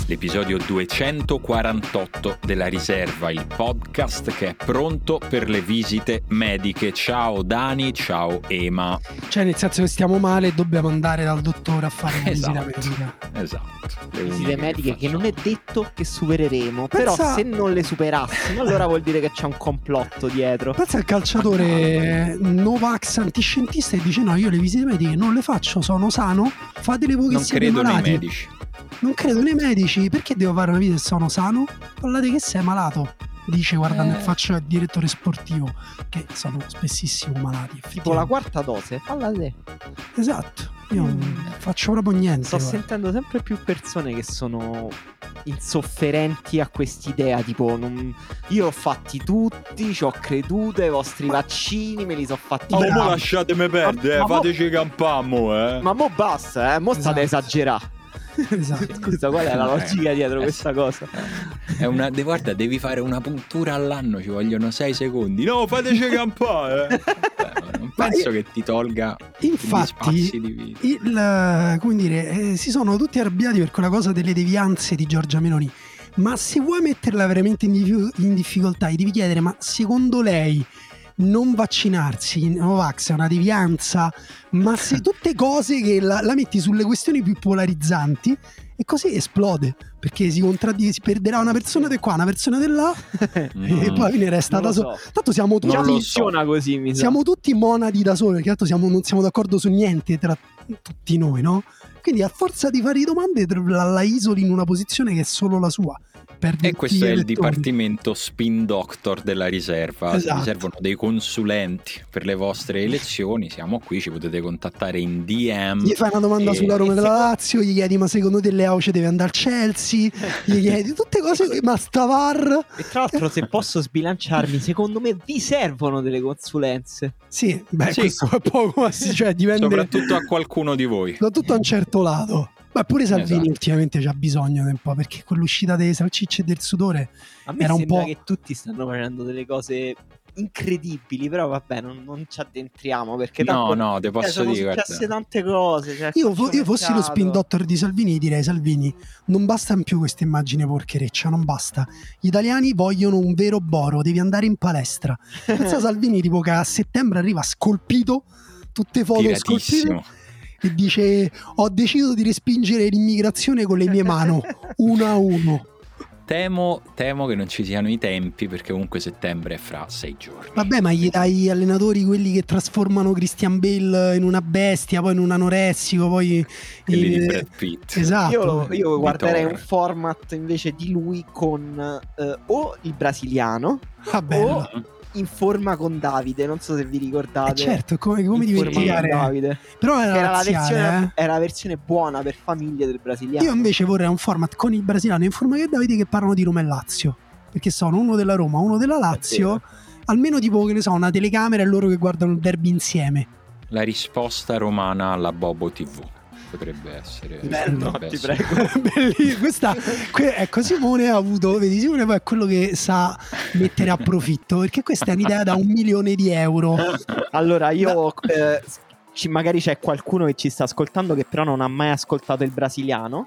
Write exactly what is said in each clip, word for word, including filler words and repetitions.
l'episodio duecentoquarantotto della Riserva, il podcast che è pronto per le visite mediche. Ciao Dani, ciao Ema. Cioè nel senso che stiamo male e dobbiamo andare dal dottore a fare una Esatto, visita medica. Esatto. Le Visite uniche mediche che, che facciamo. non è detto che supereremo. Pensa- Però se non le superassimo allora vuol dire che c'è un complotto dietro. Pensa al calciatore Novax antiscientista e dice no, io le visite mediche non le faccio, sono sano, fatele voi che Non siete credo nei malati. medici. Non credo nei medici, perché devo fare una visita se sono sano? Parlate che sei malato, dice guardando Eh. in faccia il direttore sportivo, che sono spessissimo malati. Tipo la effettivamente. quarta dose, falla te. Esatto, io non faccio proprio niente. Sto guarda. sentendo sempre più persone che sono insofferenti a quest'idea. Tipo, non... io ho fatti tutti, ci ho creduto ai vostri vaccini, me li so fatti. Oh, Bravo. mo lasciatemi perdere, Ma- eh, ma mo- fateci campammo, eh. Ma mo basta, eh, mo state Esatto. esagerando. Esatto. Scusa, qual è la logica dietro Eh, questa cosa? È una, de- guarda, devi fare una puntura all'anno, ci vogliono sei secondi. No, fateci campare. eh. Beh, non Ma penso io- che ti tolga gli Infatti, spazi di vita. il, come dire, eh, si sono tutti arrabbiati per quella cosa delle devianze di Giorgia Meloni. Ma se vuoi metterla veramente in, dif- in difficoltà, gli devi chiedere: ma secondo lei non vaccinarsi, Novax è una devianza? Ma se tutte cose che la, la metti sulle questioni più polarizzanti e così esplode, perché si contraddice, si perderà una persona di qua, una persona di là e Mm. poi ne resta Non da lo solo. so. Tanto siamo tutti Già Non lo funziona così, mi sa. siamo tutti monadi da soli, perché tanto siamo, non siamo d'accordo su niente tra tutti noi, no? Quindi a forza di fare domande la, la isoli in una posizione che è solo la sua. Perde E tutti questo gli è il elettori. dipartimento spin doctor della Riserva. Esatto. Vi servono dei consulenti per le vostre elezioni, siamo qui, ci potete contattare in D M. Gli fai una domanda E- sulla Roma e della secondo- Lazio, gli chiedi ma secondo te Leao ci deve andare al Chelsea, gli chiedi tutte cose, ma Stavar? E tra l'altro, se posso sbilanciarmi, secondo me vi servono delle consulenze. Sì, beh, Sì. questo è poco, sì, cioè dipende Soprattutto a qualcuno di voi. soprattutto a un certo lato. Ma pure Salvini Esatto. ultimamente c'ha bisogno di un po', perché quell'uscita delle salsicce e del sudore A me era un sembra po'... che tutti stanno facendo delle cose incredibili, però vabbè, non, non ci addentriamo perché No, tanto, no, te cioè, posso sono dire, successe guarda. tante cose. Cioè, Io, fo- io fossi lo mercato. spin doctor di Salvini, direi: Salvini, non basta più questa immagine porchereccia, non basta. Gli italiani vogliono un vero Boro, devi andare in palestra. Pensa a Salvini tipo che a settembre arriva scolpito, tutte foto scolpite, Tiratissimo. e dice: ho deciso di respingere l'immigrazione con le mie mani, uno a uno. Temo, temo che non ci siano i tempi, perché comunque settembre è fra sei giorni. Vabbè, ma gli dai allenatori quelli che trasformano Christian Bale in una bestia, poi in un anoressico, poi Quelli in- di Brad Pitt. Esatto. Io, io Di guarderei Thor. un format invece di lui con eh, o il brasiliano Vabbè, o in forma con Davide. Non so se vi ricordate. eh certo, come, come In forma con dimenticare? Davide. Però Che era, era, la laziale, versione, eh. era la versione buona per famiglie del brasiliano. Io invece vorrei un format con il brasiliano in forma che Davide che parlano di Roma e Lazio, perché sono uno della Roma, uno della Lazio, almeno tipo che ne so, una telecamera e loro che guardano il derby insieme. La risposta romana alla Bobo tivù potrebbe essere. Bello, potrebbe ti essere. prego. Bellissimo. Questa, que- ecco, Simone ha avuto, vedi, Simone poi è quello che sa mettere a profitto, perché questa è un'idea da un milione di euro. Allora, io eh, ci- magari c'è qualcuno che ci sta ascoltando che però non ha mai ascoltato il brasiliano.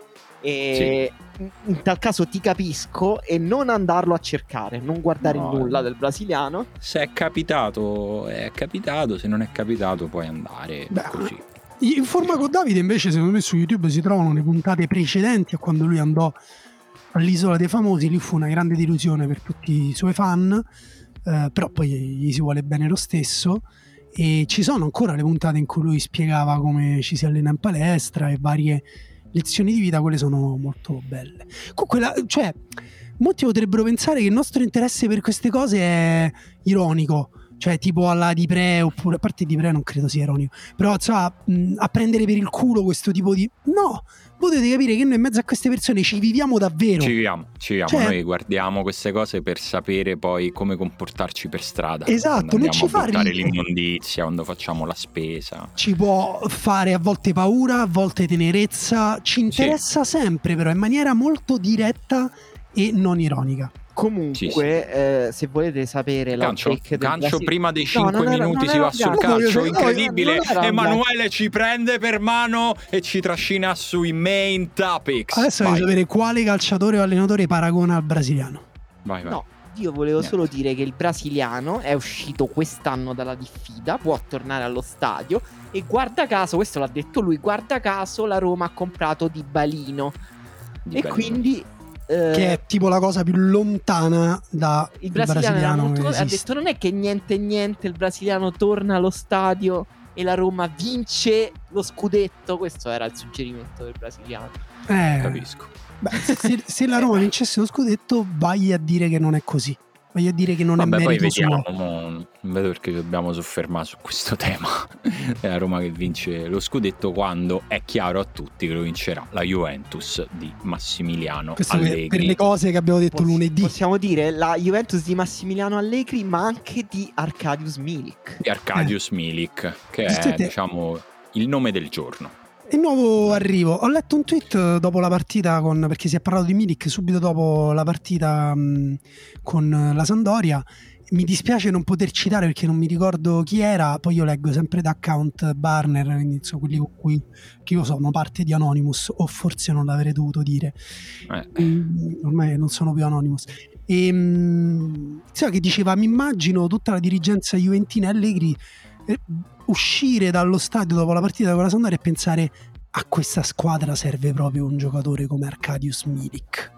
E in- in tal caso ti capisco, e non andarlo a cercare, non guardare No. nulla del brasiliano. Se è capitato, è capitato, se non è capitato puoi andare Beh, così. In forma con Davide invece secondo me su YouTube si trovano le puntate precedenti a quando lui andò all'Isola dei Famosi. Lì fu una grande delusione per tutti i suoi fan, eh, però poi gli si vuole bene lo stesso, e ci sono ancora le puntate in cui lui spiegava come ci si allena in palestra e varie lezioni di vita. Quelle sono molto belle. Comunque la, cioè molti potrebbero pensare che il nostro interesse per queste cose è ironico, cioè tipo alla Di Pre, oppure a parte Di Pre non credo sia ironico, però insomma mh, a prendere per il culo questo tipo di... No, voi dovete capire che noi in mezzo a queste persone ci viviamo davvero. Ci viviamo, ci viviamo. Cioè- Noi guardiamo queste cose per sapere poi come comportarci per strada. Esatto, quando non andiamo ci a fa buttare ridere. l'immondizia, quando facciamo la spesa. Ci può fare a volte paura, a volte tenerezza, ci interessa sempre però in maniera molto diretta e non ironica. Comunque, sì, sì. Eh, se volete sapere la Gancio, del gancio Brasile... prima dei cinque no, minuti era, si va sul calcio, no, incredibile. no, no, Emanuele ci prende per mano e ci trascina sui main topics. Adesso voglio sapere quale calciatore o allenatore paragona al brasiliano. Vai, vai. No, io volevo Niente. solo dire che il brasiliano è uscito quest'anno dalla diffida, può tornare allo stadio e guarda caso, questo l'ha detto lui, guarda caso la Roma ha comprato Dybalino Di e bello. quindi eh, Che è tipo la cosa più lontana da il brasiliano, era molto, che ha esiste. detto non è che niente niente il brasiliano torna allo stadio e la Roma vince lo scudetto, questo era il suggerimento del brasiliano. Eh, Capisco. beh, se, se la Roma vincesse lo scudetto, vai a dire che non è così. Vai a dire che non Vabbè, è poi merito vediamo, suo. mo, non vedo perché dobbiamo soffermare su questo tema. È la Roma che vince lo scudetto quando è chiaro a tutti che lo vincerà la Juventus di Massimiliano Questo per, Allegri. per le cose che abbiamo detto Poss- lunedì. Possiamo dire la Juventus di Massimiliano Allegri, ma anche di Arkadiusz Milik. Di Arkadiusz Milik, che è, Giustamente. diciamo, il nome del giorno. Il nuovo arrivo. Ho letto un tweet dopo la partita con, perché si è parlato di Milik subito dopo la partita mh, con la Sampdoria. Mi dispiace non poter citare perché non mi ricordo chi era. Poi io leggo sempre da account Barner, quindi insomma, quelli con cui che io sono parte di Anonymous, o forse non l'avrei dovuto dire. Eh. Mm, ormai non sono più Anonymous. E mh, sai che diceva: mi immagino tutta la dirigenza juventina Allegri eh, uscire dallo stadio dopo la partita con la Sampdoria e pensare: a questa squadra serve proprio un giocatore come Arkadiusz Milik.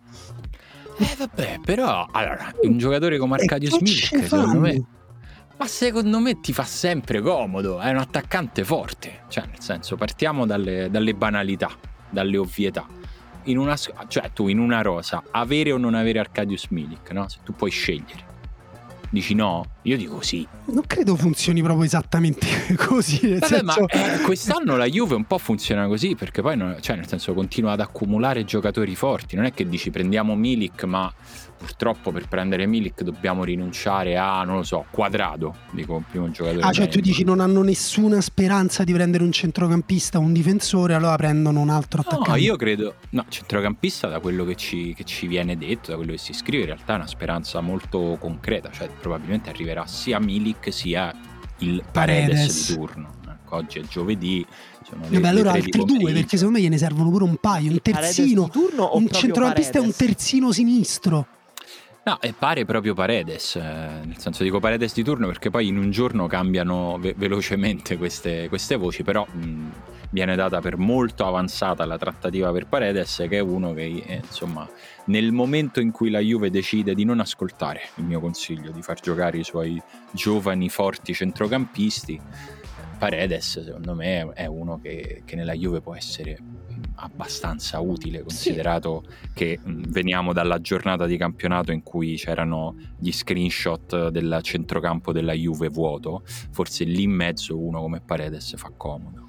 Eh vabbè, però allora, un giocatore come Arkadiusz E che Milik ce secondo fanno? me, ma secondo me ti fa sempre comodo, è un attaccante forte, cioè nel senso partiamo dalle, dalle banalità, dalle ovvietà. In una, cioè tu in una rosa avere o non avere Arkadiusz Milik, no? Se tu puoi scegliere, dici no? Io dico sì. Non credo funzioni proprio esattamente così, nel Vabbè, senso... ma eh, quest'anno la Juve un po' funziona così, perché poi non, cioè nel senso continua ad accumulare giocatori forti, non è che dici prendiamo Milik, ma purtroppo per prendere Milik dobbiamo rinunciare a, non lo so, Quadrado, dico il primo giocatore. Ah, cioè tu dici non hanno nessuna speranza di prendere un centrocampista o un difensore, allora prendono un altro attaccante. No, io credo, no, centrocampista da quello che ci, che ci viene detto, da quello che si scrive, in realtà è una speranza molto concreta, cioè probabilmente arriverà sia Milik sia il Paredes, Paredes. di turno. Ecco, oggi è giovedì, sono le, Vabbè, allora le tre di altri due, pomeriggio. perché secondo me gliene servono pure un paio, un Paredes terzino, di turno o un proprio centrocampista e un Paredes? terzino sinistro. No, e pare proprio Paredes, eh, nel senso dico Paredes di turno perché poi in un giorno cambiano ve- velocemente queste, queste voci, però mh, viene data per molto avanzata la trattativa per Paredes, che è uno che eh, insomma nel momento in cui la Juve decide di non ascoltare il mio consiglio di far giocare i suoi giovani forti centrocampisti, Paredes secondo me è uno che, che nella Juve può essere abbastanza utile, considerato sì. che mh, veniamo dalla giornata di campionato in cui c'erano gli screenshot del centrocampo della Juve vuoto, forse lì in mezzo uno come Paredes fa comodo.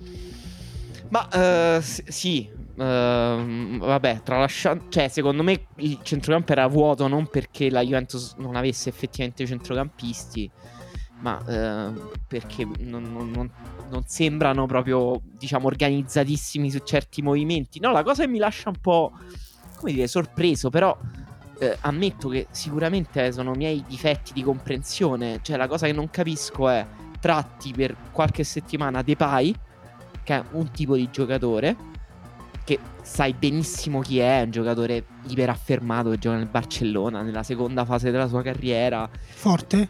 Ma uh, sì, uh, vabbè, tralasciando, cioè secondo me il centrocampo era vuoto non perché la Juventus non avesse effettivamente centrocampisti, ma uh, perché non, non, non, non sembrano proprio, diciamo, organizzatissimi su certi movimenti. No, la cosa che mi lascia un po', come dire, sorpreso, però eh, ammetto che sicuramente sono miei difetti di comprensione. Cioè la cosa che non capisco è tratti per qualche settimana Depay, che è un tipo di giocatore che sai benissimo chi è, un giocatore iperaffermato che gioca nel Barcellona nella seconda fase della sua carriera, forte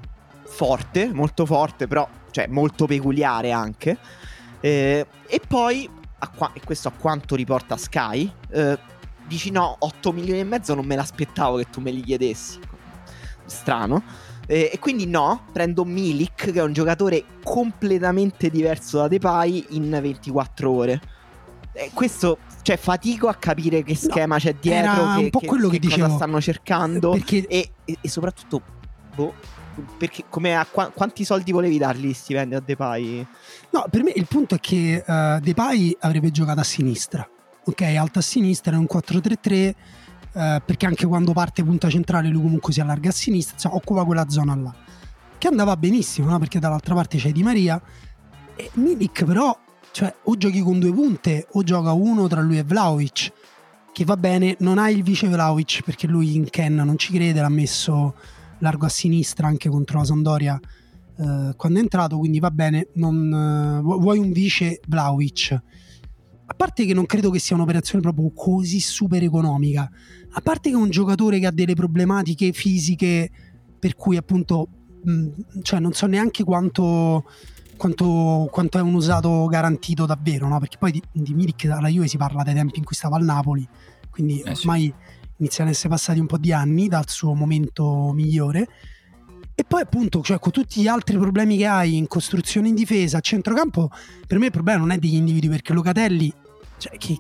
forte, molto forte, però cioè molto peculiare anche, eh, e poi a qua- e questo a quanto riporta Sky, eh, dici no, otto milioni e mezzo non me l'aspettavo che tu me li chiedessi, strano, eh, e quindi no, prendo Milik, che è un giocatore completamente diverso da Depay, in ventiquattro ore. E questo, cioè, fatico a capire che schema no, c'è dietro, era che, un po' che, quello che, che dicevo, cosa stanno cercando, perché... e, e, e soprattutto boh, perché come a qu- quanti soldi volevi dargli stipendi a Depay? No, per me il punto è che uh, Depay avrebbe giocato a sinistra, ok, alta a sinistra, è un quattro tre tre, uh, perché anche quando parte punta centrale lui comunque si allarga a sinistra, insomma, occupa quella zona là, che andava benissimo, no? Perché dall'altra parte c'è Di Maria, e Milik però, cioè, o giochi con due punte o gioca uno tra lui e Vlahovic, che va bene, non ha il vice Vlahovic perché lui in Ken non ci crede, l'ha messo largo a sinistra anche contro la Sampdoria eh, quando è entrato, quindi va bene, non, uh, vuoi un vice Vlahovic. A parte che non credo che sia un'operazione proprio così super economica, a parte che è un giocatore che ha delle problematiche fisiche per cui appunto mh, cioè non so neanche quanto Quanto, quanto è un usato garantito davvero, no? Perché poi di, di Milik alla Juve si parla dei tempi in cui stava al Napoli, quindi eh ormai sì. Iniziano ad essere passati un po' di anni dal suo momento migliore. E poi appunto, cioè, con tutti gli altri problemi che hai in costruzione in difesa, a centrocampo, per me il problema non è degli individui, perché Locatelli, cioè, che,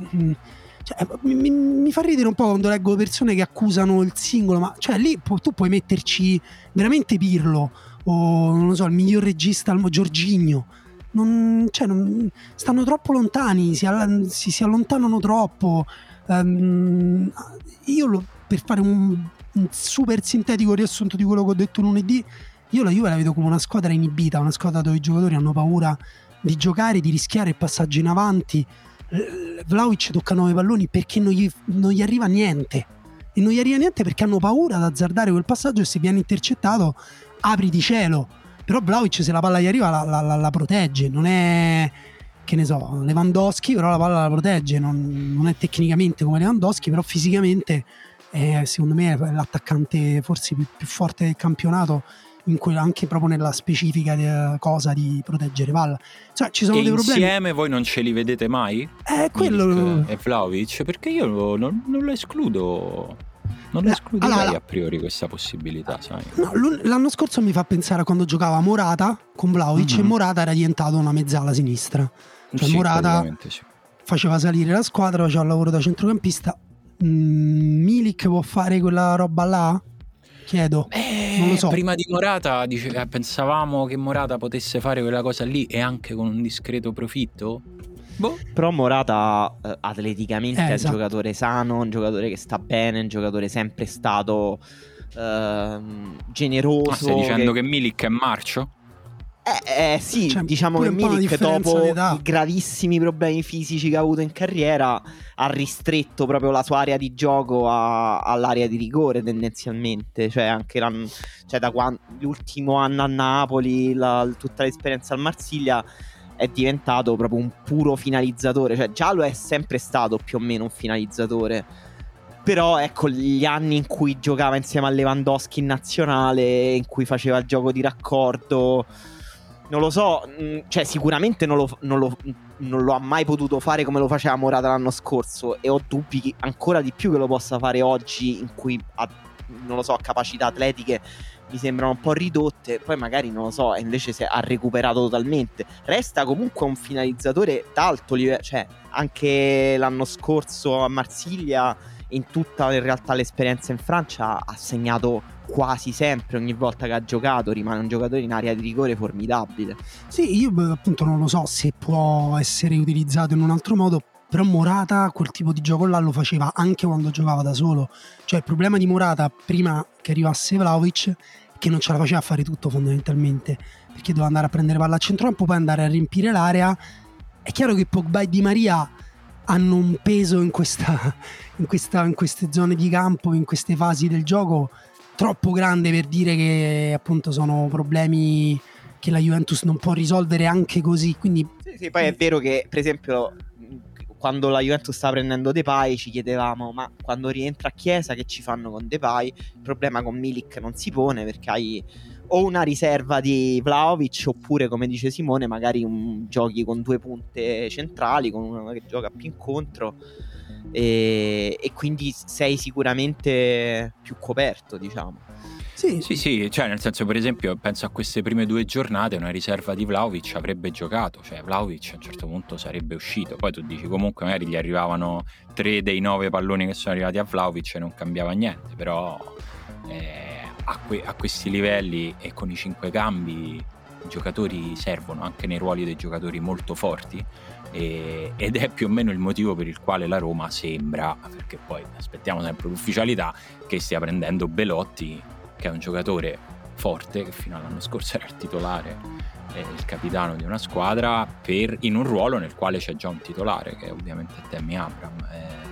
cioè, mi, mi fa ridere un po' quando leggo persone che accusano il singolo, ma cioè lì pu- tu puoi metterci veramente Pirlo o non lo so, il miglior regista al Jorginho, non, cioè, non, stanno troppo lontani, si, all- si, si allontanano troppo. Um, io lo, per fare un, un super sintetico riassunto di quello che ho detto lunedì, io la Juve la vedo come una squadra inibita, una squadra dove i giocatori hanno paura di giocare, di rischiare il passaggio in avanti. Vlahovic tocca nove palloni perché non gli, non gli arriva niente, e non gli arriva niente perché hanno paura ad azzardare quel passaggio, e se viene intercettato apri di cielo. Però Vlahovic, se la palla gli arriva, la, la, la, la protegge, non è, che ne so, Lewandowski, però la palla la protegge, non, non è tecnicamente come Lewandowski, però fisicamente è, secondo me è l'attaccante forse più, più forte del campionato, in quella, anche proprio nella specifica de, cosa di proteggere palla. Cioè, ci sono e dei problemi. Insieme voi non ce li vedete mai? Eh, quello Milik e Vlahovic? Perché io non, non lo escludo. Non escluderei allora, a priori questa possibilità, sai? No, l'anno scorso mi fa pensare a quando giocava Morata con Vlahovic, mm-hmm. e Morata era diventato una mezzala sinistra. Cioè sì, Morata sì. faceva salire la squadra, faceva il lavoro da centrocampista. Mm, Milik può fare quella roba là? Chiedo. Eh, non lo so. Prima di Morata dice, eh, pensavamo che Morata potesse fare quella cosa lì e anche con un discreto profitto? Boh. Però Morata eh, atleticamente eh, è esatto. un giocatore sano, un giocatore che sta bene, un giocatore sempre stato eh, generoso. Ma stai dicendo che, che Milik è marcio? Eh, eh sì, cioè, diciamo che Milik dopo i gravissimi problemi fisici che ha avuto in carriera ha ristretto proprio la sua area di gioco a, all'area di rigore tendenzialmente, cioè anche l'anno, cioè da quando, l'ultimo anno a Napoli, la, tutta l'esperienza al Marsiglia, è diventato proprio un puro finalizzatore, cioè già lo è sempre stato più o meno un finalizzatore, però ecco gli anni in cui giocava insieme a Lewandowski in nazionale, in cui faceva il gioco di raccordo, non lo so, cioè sicuramente non lo, non lo, non lo ha mai potuto fare come lo faceva Morata l'anno scorso, e ho dubbi ancora di più che lo possa fare oggi, in cui ha, non lo so, capacità atletiche mi sembrano un po' ridotte. Poi magari, non lo so, invece se ha recuperato totalmente. Resta comunque un finalizzatore d'alto livello, cioè anche l'anno scorso a Marsiglia, in tutta in realtà l'esperienza in Francia, ha segnato quasi sempre, ogni volta che ha giocato rimane un giocatore in area di rigore formidabile. Sì, io appunto non lo so se può essere utilizzato in un altro modo, però Morata quel tipo di gioco là lo faceva anche quando giocava da solo. Cioè il problema di Morata prima che arrivasse Vlahovic è che non ce la faceva a fare tutto fondamentalmente, perché doveva andare a prendere palla a centrocampo, poi andare a riempire l'area. È chiaro che Pogba e Di Maria hanno un peso in questa, in questa in queste zone di campo, in queste fasi del gioco troppo grande per dire che appunto sono problemi che la Juventus non può risolvere anche così. Quindi sì, sì, poi è vero che per esempio quando la Juventus stava prendendo Depay ci chiedevamo: ma quando rientra Chiesa che ci fanno con Depay? Il problema con Milik non si pone, perché hai o una riserva di Vlahovic, oppure, come dice Simone, magari un, giochi con due punte centrali, con uno che gioca più incontro, e, e quindi sei sicuramente più coperto, diciamo. Sì, sì, sì, cioè nel senso, per esempio, penso a queste prime due giornate, una riserva di Vlahovic avrebbe giocato, cioè Vlahovic a un certo punto sarebbe uscito. Poi tu dici comunque magari gli arrivavano tre dei nove palloni che sono arrivati a Vlahovic e non cambiava niente, però eh, a, que- a questi livelli e con i cinque cambi i giocatori servono anche nei ruoli dei giocatori molto forti, e, ed è più o meno il motivo per il quale la Roma sembra, perché poi aspettiamo sempre l'ufficialità, che stia prendendo Belotti, che è un giocatore forte, che fino all'anno scorso era il titolare, è il capitano di una squadra, per, in un ruolo nel quale c'è già un titolare, che è ovviamente Tammy Abraham.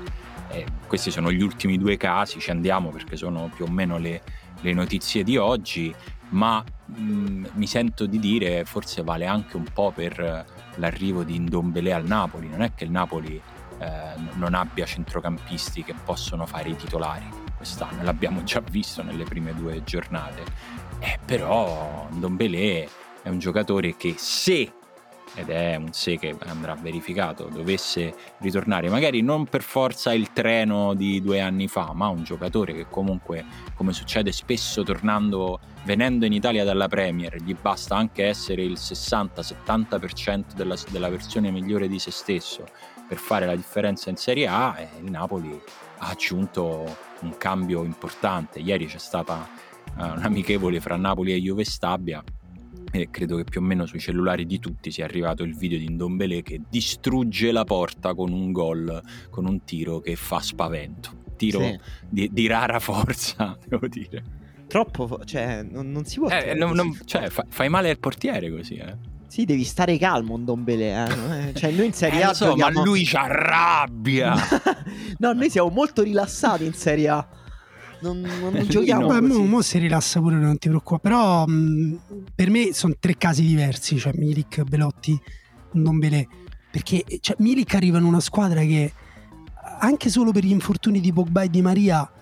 eh, questi sono gli ultimi due casi, ci andiamo perché sono più o meno le, le notizie di oggi, ma mh, mi sento di dire forse vale anche un po' per l'arrivo di Ndombélé al Napoli. Non è che il Napoli eh, non abbia centrocampisti che possono fare i titolari quest'anno, l'abbiamo già visto nelle prime due giornate, eh, però Ndombélé è un giocatore che se, ed è un se che andrà verificato, dovesse ritornare, magari non per forza il treno di due anni fa, ma un giocatore che comunque, come succede spesso tornando, venendo in Italia dalla Premier, gli basta anche essere il sessanta settanta per cento della, della versione migliore di se stesso per fare la differenza in Serie A, e il Napoli ha aggiunto un cambio importante. Ieri c'è stata uh, un'amichevole fra Napoli e Juve Stabia, e credo che più o meno sui cellulari di tutti sia arrivato il video di Ndombélé che distrugge la porta con un gol, con un tiro che fa spavento, tiro sì. di, di rara forza, devo dire. Troppo, cioè non, non si può eh, non, non, cioè, fa, fai male al portiere così, eh. Sì, devi stare calmo, Ndombélé, eh. Cioè noi in Serie eh, A so, giochiamo... ma lui c'arrabbia. No, noi siamo molto rilassati in Serie A. Non, non, non giochiamo Beh, così. mo, mo si rilassa pure, non ti preoccupare. Però mh, per me sono tre casi diversi, cioè Milik, Belotti, Ndombélé, perché cioè, Milik arriva in una squadra che anche solo per gli infortuni di Pogba e Di Maria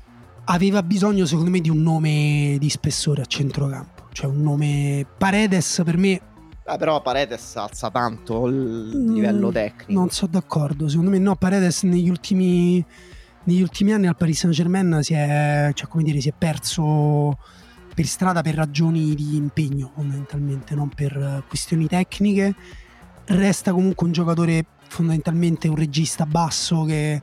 aveva bisogno, secondo me, di un nome di spessore a centrocampo, cioè un nome. Paredes per me. Ah, però Paredes alza tanto il livello tecnico. Non sono d'accordo, secondo me no. Paredes negli ultimi negli ultimi anni al Paris Saint-Germain si è, cioè, come dire, si è perso per strada per ragioni di impegno, fondamentalmente, non per questioni tecniche. Resta comunque un giocatore, fondamentalmente un regista basso che,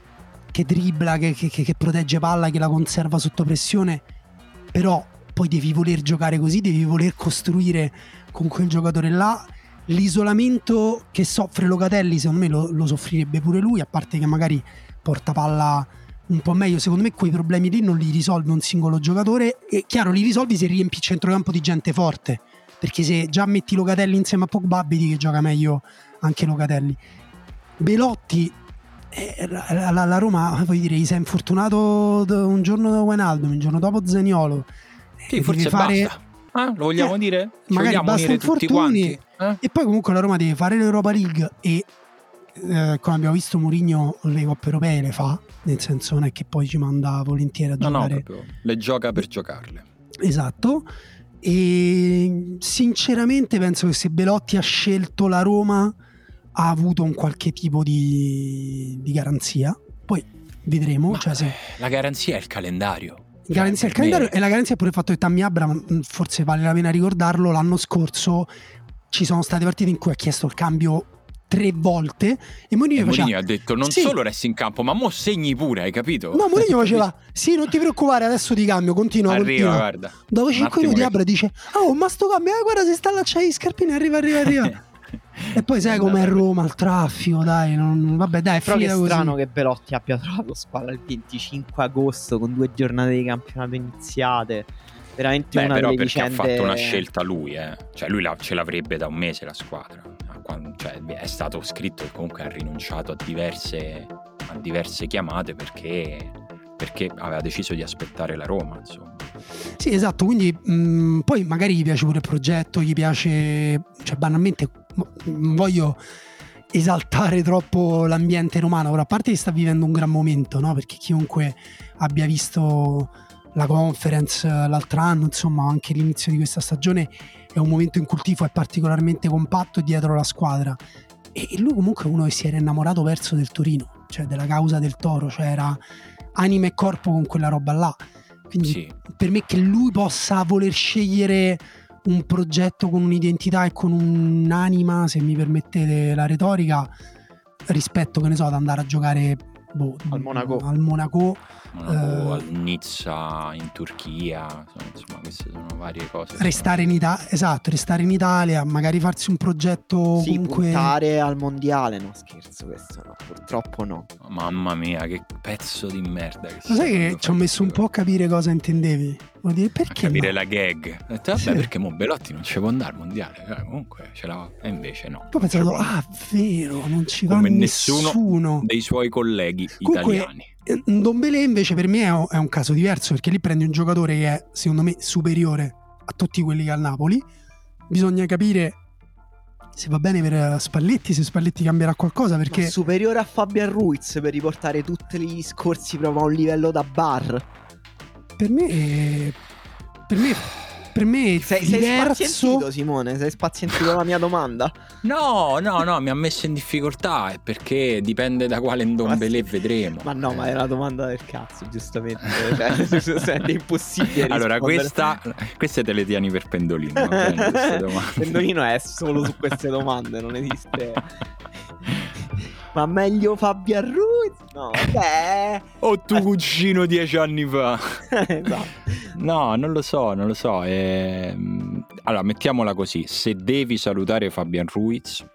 che dribbla, che, che, che protegge palla, che la conserva sotto pressione, però poi devi voler giocare così, devi voler costruire con quel giocatore là. L'isolamento che soffre Locatelli secondo me lo, lo soffrirebbe pure lui, a parte che magari porta palla un po' meglio. Secondo me quei problemi lì non li risolve un singolo giocatore, e chiaro li risolvi se riempi il centrocampo di gente forte, perché se già metti Locatelli insieme a Pogba vedi che gioca meglio anche Locatelli. Belotti, eh, la, la, la Roma, vuoi dire, gli sei infortunato un giorno da Wijnaldum, un giorno dopo Zaniolo, sì, forse fare... basta. Ah, lo vogliamo eh, dire? Ci magari vogliamo basta unire tutti quanti? Eh? E poi comunque la Roma deve fare l'Europa League e eh, come abbiamo visto Mourinho le coppe europee le fa, nel senso non è che poi ci manda volentieri a no, giocare. No, proprio le gioca per giocarle. Esatto. E sinceramente penso che se Belotti ha scelto la Roma ha avuto un qualche tipo di, di garanzia. Poi vedremo. Cioè, se... La garanzia è il calendario. La garanzia, il calendario e la garanzia è pure il fatto che Tammy Abraham, forse vale la pena ricordarlo, l'anno scorso ci sono state partite in cui ha chiesto il cambio tre volte e Mourinho, e faceva, Mourinho ha detto non sì, solo resti in campo ma mo segni pure, hai capito? No, Mourinho faceva sì, non ti preoccupare, adesso ti cambio, continua, arriva, continua. Guarda, dopo cinque minuti che... Abraham dice oh ma sto cambio, eh, guarda se sta allacciato gli scarpini, arriva arriva arriva e poi sai com'è Roma, il traffico, dai, non... vabbè dai, però che è così. Strano che Belotti abbia trovato spalla il venticinque agosto con due giornate di campionato iniziate, veramente. Beh, una però delle perché vicende... ha fatto una scelta lui, eh. Cioè lui la, ce l'avrebbe da un mese la squadra, quando, cioè, è stato scritto che comunque ha rinunciato a diverse, a diverse chiamate perché, perché aveva deciso di aspettare la Roma, insomma. Sì, esatto, quindi mh, poi magari gli piace pure il progetto, gli piace, cioè banalmente non voglio esaltare troppo l'ambiente romano, ora a parte che sta vivendo un gran momento, no? Perché chiunque abbia visto la conference l'altro anno, insomma anche l'inizio di questa stagione, è un momento in cui il tifo è particolarmente compatto dietro la squadra, e lui comunque è uno che si era innamorato verso del Torino, cioè della causa del Toro, cioè era anima e corpo con quella roba là. Quindi sì, per me che lui possa voler scegliere un progetto con un'identità e con un'anima, se mi permettete la retorica, rispetto, che ne so, ad andare a giocare boh, al Monaco, al Monaco, Monaco eh, al Nizza in Turchia, insomma queste sono varie cose. Restare in Italia, esatto, restare in Italia, magari farsi un progetto, sì, comunque puntare al mondiale, no scherzo, questo no, purtroppo no. Mamma mia, che pezzo di merda che lo sai che ci ho messo un po' a capire cosa intendevi, Vuol dire perché capire no? la gag. Ho detto, vabbè, Sì. perché mo Belotti non ci può andare al mondiale, eh, comunque ce l'ha, e invece no. Poi ho pensato, ah, vero, non ci va come nessuno. nessuno dei suoi colleghi Comunque, italiani. Ndombele invece per me è un, è un caso diverso, perché lì prendi un giocatore che è secondo me superiore a tutti quelli che ha al Napoli. Bisogna capire se va bene per Spalletti, se Spalletti cambierà qualcosa, perché Ma superiore a Fabian Ruiz per riportare tutti gli discorsi proprio a un livello da bar. per me per me per me è Sei, sei diverso. spazientito, Simone? Sei spazientito dalla mia domanda? No, no, no, mi ha messo in difficoltà, è perché dipende da quale Ndombele vedremo. Ma no, Eh. ma è una domanda del cazzo, giustamente. Cioè, è impossibile Allora, rispondere. questa queste te le tieni per Pendolino, va bene, queste domande. Pendolino è solo su queste domande, non esiste. Ma meglio Fabian Ruiz? No, vabbè. O tuo cugino dieci anni fa. Esatto. No, non lo so, non lo so. Ehm, Allora, mettiamola così: se devi salutare Fabian Ruiz,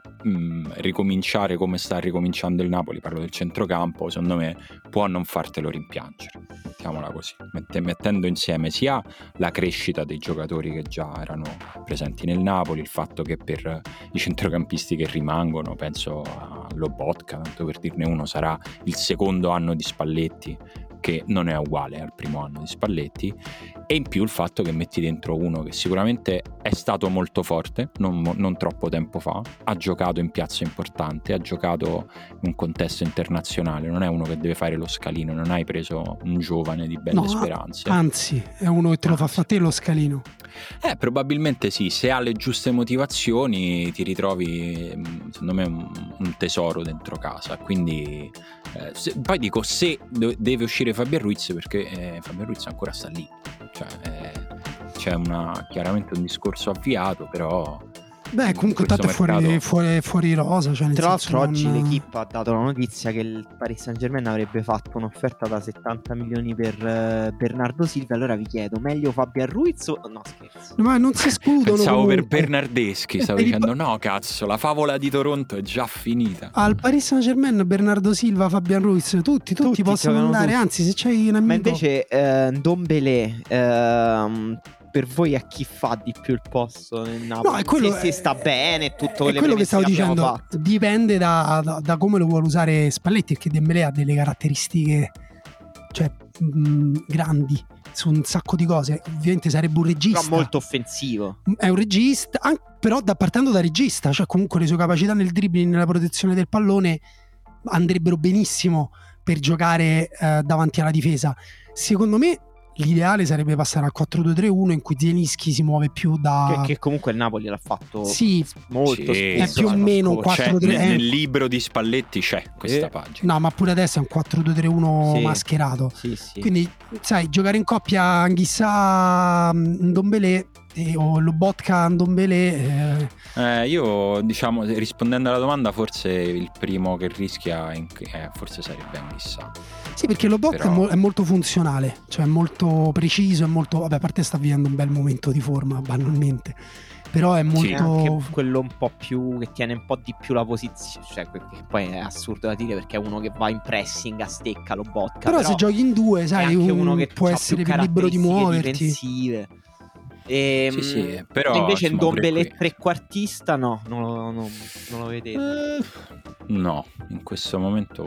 mh, ricominciare come sta ricominciando il Napoli, parlo del centrocampo, secondo me può non fartelo rimpiangere. Mettiamola così, mette- mettendo insieme sia la crescita dei giocatori che già erano presenti nel Napoli, il fatto che per i centrocampisti che rimangono, penso a Lobotka, tanto per dirne uno, sarà il secondo anno di Spalletti, che non è uguale al primo anno di Spalletti, e in più il fatto che metti dentro uno che sicuramente è stato molto forte non, non troppo tempo fa, ha giocato in piazze importanti, ha giocato in un contesto internazionale, non è uno che deve fare lo scalino, non hai preso un giovane di belle No, speranze. Anzi, è uno che te lo fa fa te lo scalino. Eh, probabilmente sì, se ha le giuste motivazioni ti ritrovi, mh, secondo me, un, un tesoro dentro casa. Quindi eh, se- poi dico se do- deve uscire Fabian Ruiz, perché eh, Fabian Ruiz ancora sta lì, cioè eh, c'è una, chiaramente un discorso avviato, però Beh, comunque questo tanto è fuori, mercato- fuori, fuori rosa. Cioè nel Tra senso l'altro oggi non- l'Equipe ha dato la notizia che il Paris Saint-Germain avrebbe fatto un'offerta da settanta milioni per eh, Bernardo Silva. Allora vi chiedo, meglio Fabian Ruiz o... No, scherzo. Ma non si escludono. pensavo per comunque. Bernardeschi, stavo Eh, per i dicendo no cazzo, la favola di Toronto è già finita. Al Paris Saint-Germain, Bernardo Silva, Fabian Ruiz, tutti, tutti, Tutti possono giocano andare. tutti. Anzi, se c'hai un amico. Ma invece eh, Ndombele ehm, per voi a chi fa di più il posto nel Napoli? No, è quello- se, se sta bene, tutto è quello che stavo dicendo. Fatto. Dipende da, da- da come lo vuole usare Spalletti, perché Dembélé ha delle caratteristiche, cioè, mh, grandi su un sacco di cose. Ovviamente sarebbe un regista. Però molto offensivo. È un regista, an- però da, partendo da regista, cioè comunque le sue capacità nel dribbling, nella protezione del pallone andrebbero benissimo per giocare eh, davanti alla difesa. Secondo me l'ideale sarebbe passare al quattro due tre uno, in cui Zielinski si muove più da... Che, che comunque il Napoli l'ha fatto Sì, molto Sì, spesso. è più o l'anno meno scorso. quattro C'è, tre nel, eh. nel libro di Spalletti c'è questa Eh. pagina. No, ma pure adesso è un quattro due tre uno Sì. mascherato. Sì, sì. Quindi, sai, giocare in coppia Anghissà Ndombele e, o Lobotka Ndombele eh, Eh, io, diciamo, rispondendo alla domanda, forse il primo che rischia in- eh, forse sarebbe Anghissà. sì, perché Lobotka Però- è, mo- è molto funzionale, cioè è molto preciso, è molto... Vabbè, a parte sta vivendo un bel momento di forma, banalmente. Però è Sì. È molto... anche quello un po' più che tiene un po' di più la posizione, cioè que- che poi è assurdo da dire perché è uno che va in pressing a stecca lo botka, Però, se giochi in due, è sai, anche un- uno che può ha essere più più libero di caratteristiche muoverti. difensive. E, Sì, sì, però, invece insomma, pure Ndombele qui- trequartista no, non lo, non- non lo vedete. Eh, no, in questo momento.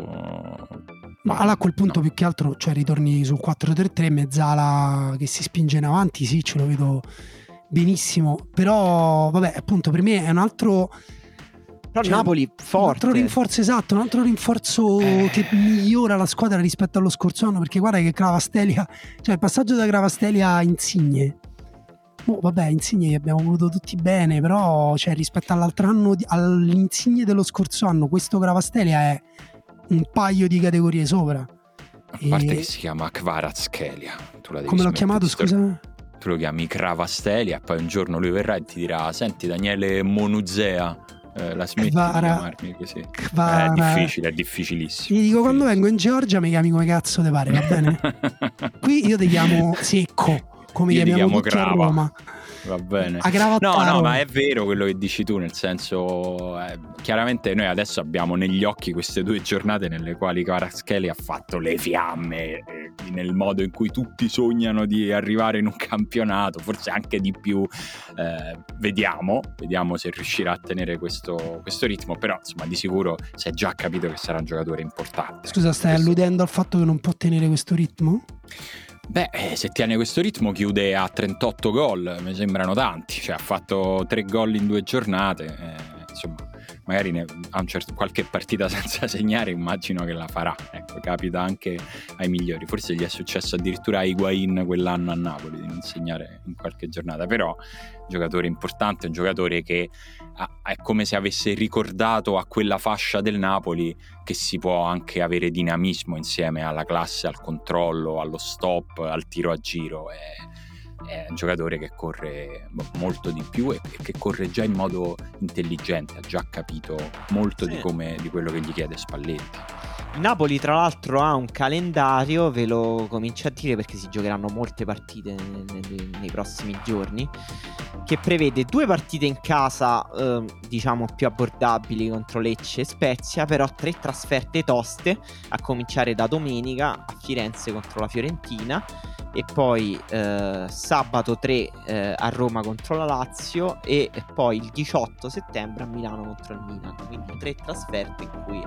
Ma allora a quel punto no. più che altro, cioè ritorni sul quattro tre tre, mezzala che si spinge in avanti, sì, ce lo vedo benissimo. Però, vabbè, appunto, per me è un altro... Però cioè, Napoli Un forte. altro rinforzo, esatto, un altro rinforzo che migliora la squadra rispetto allo scorso anno, perché guarda che Cravastelia, cioè il passaggio da Cravastelia a Insigne, oh, vabbè, Insigne gli abbiamo voluto tutti bene, però cioè, rispetto all'altro anno, di- all'Insigne dello scorso anno, questo Cravastelia è un paio di categorie sopra. A parte E- che si chiama Kvaratskhelia. Tu la devi Come l'ho smettere chiamato, di stor- scusa? Tu lo chiami Cravastelia, e poi un giorno lui verrà e ti dirà: senti, Daniele Monuzea, eh, la smetti Kvara- di chiamarmi così. Kvara- È difficile, è difficilissimo. Gli dico, quando Difficilissimo. vengo in Georgia mi chiami come cazzo te pare, va bene? Qui io ti chiamo secco, come Io ti chiamiamo chiamo tutti a Crava. Roma. Va bene. A no, no, ma è vero quello che dici tu, nel senso, eh, chiaramente noi adesso abbiamo negli occhi queste due giornate nelle quali Kvaratskhelia ha fatto le fiamme, eh, nel modo in cui tutti sognano di arrivare in un campionato, forse anche di più. Eh, vediamo, vediamo se riuscirà a tenere questo, questo ritmo, però insomma di sicuro si è già capito che sarà un giocatore importante. Scusa, stai questo... alludendo al fatto che non può tenere questo ritmo? Beh, se tiene questo ritmo chiude a trentotto gol, mi sembrano tanti, cioè ha fatto tre gol in due giornate, eh, insomma, magari ne, a un certo, qualche partita senza segnare immagino che la farà, ecco, capita anche ai migliori, forse gli è successo addirittura a Higuain quell'anno a Napoli di non segnare in qualche giornata, però un giocatore importante, un giocatore che ha, è come se avesse ricordato a quella fascia del Napoli che si può anche avere dinamismo insieme alla classe, al controllo, allo stop, al tiro a giro. È, è un giocatore che corre molto di più e che corre già in modo intelligente, ha già capito molto sì. di come di quello che gli chiede Spalletti. Napoli tra l'altro ha un calendario, ve lo comincio a dire perché si giocheranno molte partite nei, nei, nei prossimi giorni, che prevede due partite in casa eh, diciamo più abbordabili contro Lecce e Spezia, però tre trasferte toste, a cominciare da domenica a Firenze contro la Fiorentina e poi eh, sabato tre eh, a Roma contro la Lazio e, e poi il diciotto settembre a Milano contro il Milan, quindi tre trasferte in cui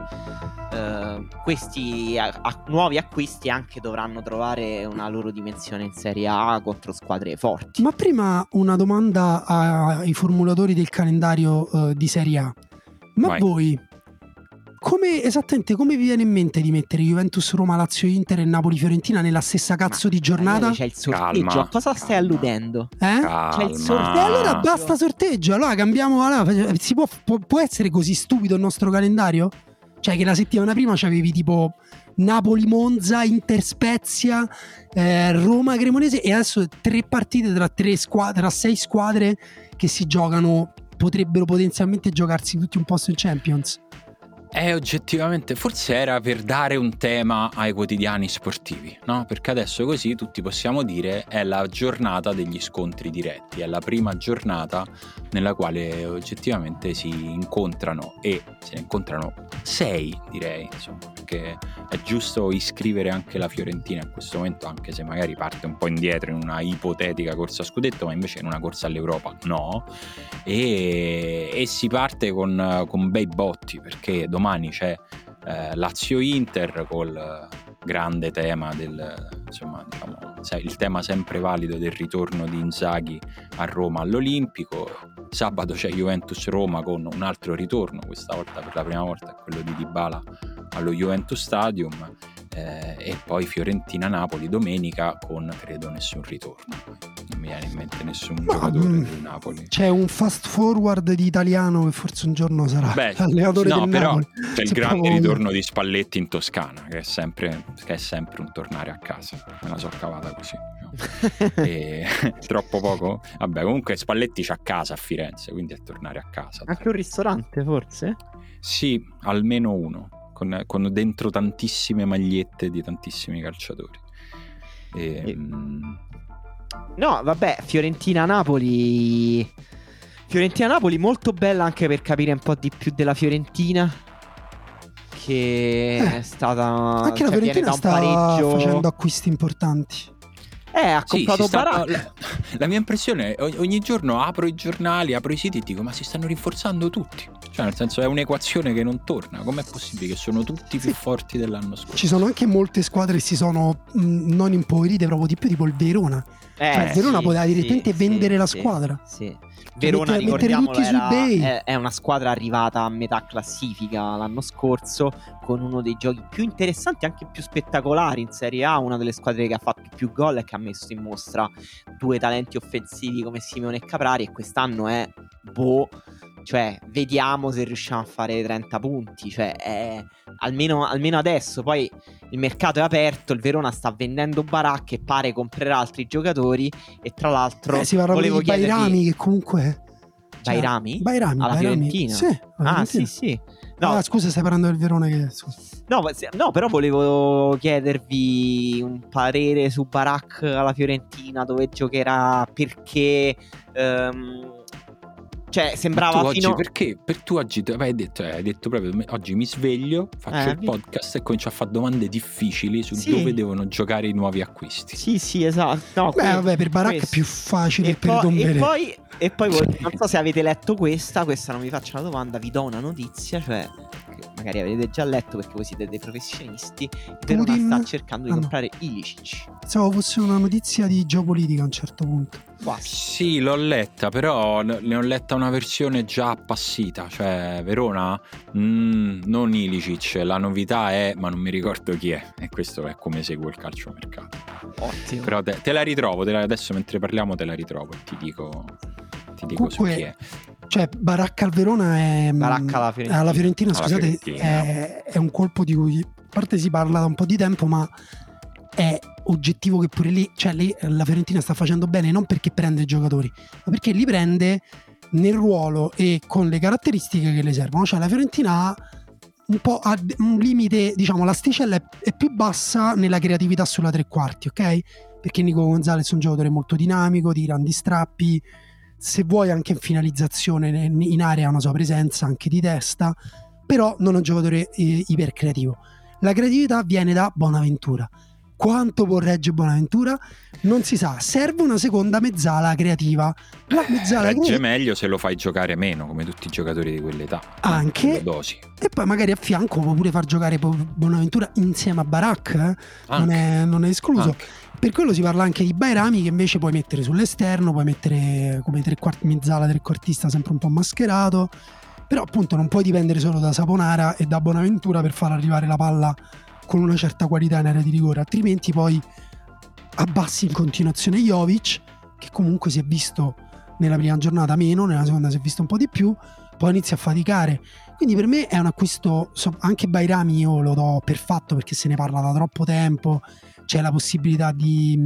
eh, questi a- a- nuovi acquisti anche dovranno trovare una loro dimensione in Serie A contro squadre forti. Ma prima una domanda ai formulatori del calendario uh, di Serie A, ma Vai. voi come esattamente come vi viene in mente di mettere Juventus, Roma, Lazio, Inter e Napoli, Fiorentina nella stessa cazzo ma, di giornata? C'è il sorteggio, calma, a cosa calma. stai alludendo? Eh? Calma. C'è il sorteggio. E allora basta sorteggio, allora cambiamo, allora, si può, può, può essere così stupido il nostro calendario? Cioè che la settimana prima c'avevi tipo Napoli, Monza, Inter, Spezia, eh, Roma, Cremonese e adesso tre partite tra tre squadre, tra sei squadre che si giocano, potrebbero potenzialmente giocarsi tutti un posto in Champions. È oggettivamente, forse era per dare un tema ai quotidiani sportivi, no? Perché adesso così tutti possiamo dire è la giornata degli scontri diretti, è la prima giornata nella quale oggettivamente si incontrano e se ne incontrano sei, direi, insomma, perché è giusto iscrivere anche la Fiorentina in questo momento, anche se magari parte un po' indietro in una ipotetica corsa a scudetto, ma invece in una corsa all'Europa no, e, e si parte con, con bei botti, perché domani Domani c'è eh, Lazio-Inter col grande tema del, insomma, diciamo, il tema sempre valido del ritorno di Inzaghi a Roma all'Olimpico. Sabato c'è Juventus-Roma con un altro ritorno, questa volta per la prima volta è quello di Dybala allo Juventus Stadium, eh, e poi Fiorentina-Napoli domenica con credo nessun ritorno, non mi viene in mente nessun no, giocatore mh, del Napoli. C'è un fast forward di italiano che forse un giorno sarà Beh, allenatore no, del però Napoli. C'è il grande ritorno di Spalletti in Toscana, che è sempre, che è sempre un tornare a casa, me la so cavata così. E, troppo poco? Vabbè, comunque Spalletti c'ha casa a Firenze, quindi è tornare a casa. Anche un ristorante forse? Sì, almeno uno, con, con dentro tantissime magliette di tantissimi calciatori. E, e... mh... No, vabbè, Fiorentina-Napoli Fiorentina-Napoli molto bella anche per capire un po' di più della Fiorentina, che eh, è stata anche cioè, la Fiorentina sta pareggio... facendo acquisti importanti. Eh, ha comprato sì, Barak. La, la mia impressione è ogni giorno apro i giornali, apro i siti e dico ma si stanno rinforzando tutti. Cioè nel senso è un'equazione che non torna. Com'è possibile che sono tutti più forti dell'anno scorso? Ci sono anche molte squadre che si sono mh, non impoverite proprio di più, tipo il Verona. Eh, cioè, il Verona sì, poteva direttamente sì, vendere sì, la sì, squadra. Sì. Verona, Mettere, ricordiamolo, era, è, è una squadra arrivata a metà classifica l'anno scorso con uno dei giochi più interessanti, anche più spettacolari in Serie A, una delle squadre che ha fatto più gol e che ha messo in mostra due talenti offensivi come Simeone e Caprari, e quest'anno è boh, cioè vediamo se riusciamo a fare trenta punti, cioè è, almeno, almeno adesso. Poi il mercato è aperto, il Verona sta vendendo Barak e pare comprerà altri giocatori, e tra l'altro eh, si parla volevo di Bairami che comunque Cioè, Bairami? Bairami alla Bairami. Fiorentina? Sì, alla Ah, Fiorentina. sì, sì. No, Ah, scusa, stai parlando del Verona che... scusa. no, ma se- no, però volevo chiedervi un parere su Barak alla Fiorentina, dove giocherà, perché ehm, cioè Ma sembrava tu oggi fino perché? Per tu oggi tu- hai detto, hai detto proprio "Me- oggi mi sveglio, faccio Eh, il vi- podcast e comincio a fare domande difficili su Sì. dove devono giocare i nuovi acquisti". Sì, sì, esatto. No, Beh, que- vabbè, per Barak è questo. più facile E, per poi, Don e Verè. poi, e poi voi- non so se avete letto questa, questa non vi faccio la domanda, vi do una notizia, cioè che magari avete già letto perché voi siete dei professionisti. Il Verona Putin? sta cercando di Ah, no. comprare Ilicic. Pensavo fosse una notizia di geopolitica a un certo punto. Quasi. Sì, l'ho letta, però n- ne ho letta una versione già appassita, cioè Verona, mm, non Ilicic, la novità è, ma non mi ricordo chi è, e questo è come seguo il calciomercato. Ottimo. Però te, te la ritrovo, te la- adesso mentre parliamo te la ritrovo e ti dico, ti dico su Comunque, chi è. Cioè, Baracca al Verona è... Baracca alla Fiorentina. alla Fiorentina, Alla scusate, Fiorentina. È, è un colpo di cui, a parte si parla da un po' di tempo, ma è oggettivo che pure lì, cioè lì la Fiorentina sta facendo bene non perché prende i giocatori, ma perché li prende nel ruolo e con le caratteristiche che le servono. Cioè la Fiorentina ha un po' ha un limite, diciamo, l'asticella è, è più bassa nella creatività sulla tre quarti, ok? Perché Nico Gonzalez è un giocatore molto dinamico, di grandi strappi, se vuoi anche in finalizzazione in area ha una sua presenza anche di testa, però non è un giocatore eh, iper creativo. La creatività viene da Bonaventura. Quanto può reggere Bonaventura non si sa, serve una seconda mezzala creativa. La mezzala Regge creativa meglio se lo fai giocare meno, come tutti i giocatori di quell'età. Anche. Quelle dosi. E poi magari a fianco può pure far giocare Bonaventura insieme a Barak, eh? non, è, non è escluso. Anche. Per quello si parla anche di Bairami, che invece puoi mettere sull'esterno, puoi mettere come tre quarti mezzala, trequartista sempre un po' mascherato, però appunto non puoi dipendere solo da Saponara e da Bonaventura per far arrivare la palla con una certa qualità in area di rigore, altrimenti poi abbassi in continuazione Jovic, che comunque si è visto nella prima giornata meno, nella seconda si è visto un po' di più, poi inizia a faticare. Quindi per me è un acquisto, anche Bairami io lo do per fatto perché se ne parla da troppo tempo, c'è la possibilità di,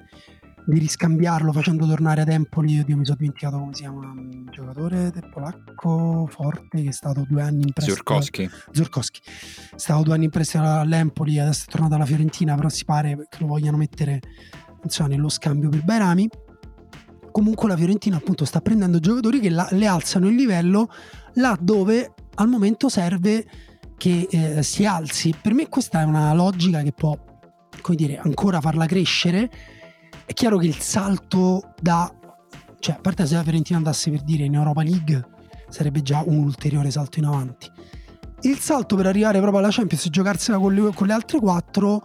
di riscambiarlo facendo tornare ad Empoli. Oddio, mi sono dimenticato come si chiama un giocatore del polacco forte che è stato due anni in prestito. Zurkowski. Zurkowski è stato due anni in prestito all'Empoli, adesso è tornato alla Fiorentina, però si pare che lo vogliano mettere, insomma, nello scambio per Bairami. Comunque la Fiorentina appunto sta prendendo giocatori che la, le alzano il livello là dove al momento serve che eh, si alzi. Per me questa è una logica che può, come dire, ancora farla crescere. È chiaro che il salto da, cioè a parte se la Fiorentina andasse per dire in Europa League sarebbe già un ulteriore salto in avanti. Il salto per arrivare proprio alla Champions e giocarsela con le, con le altre quattro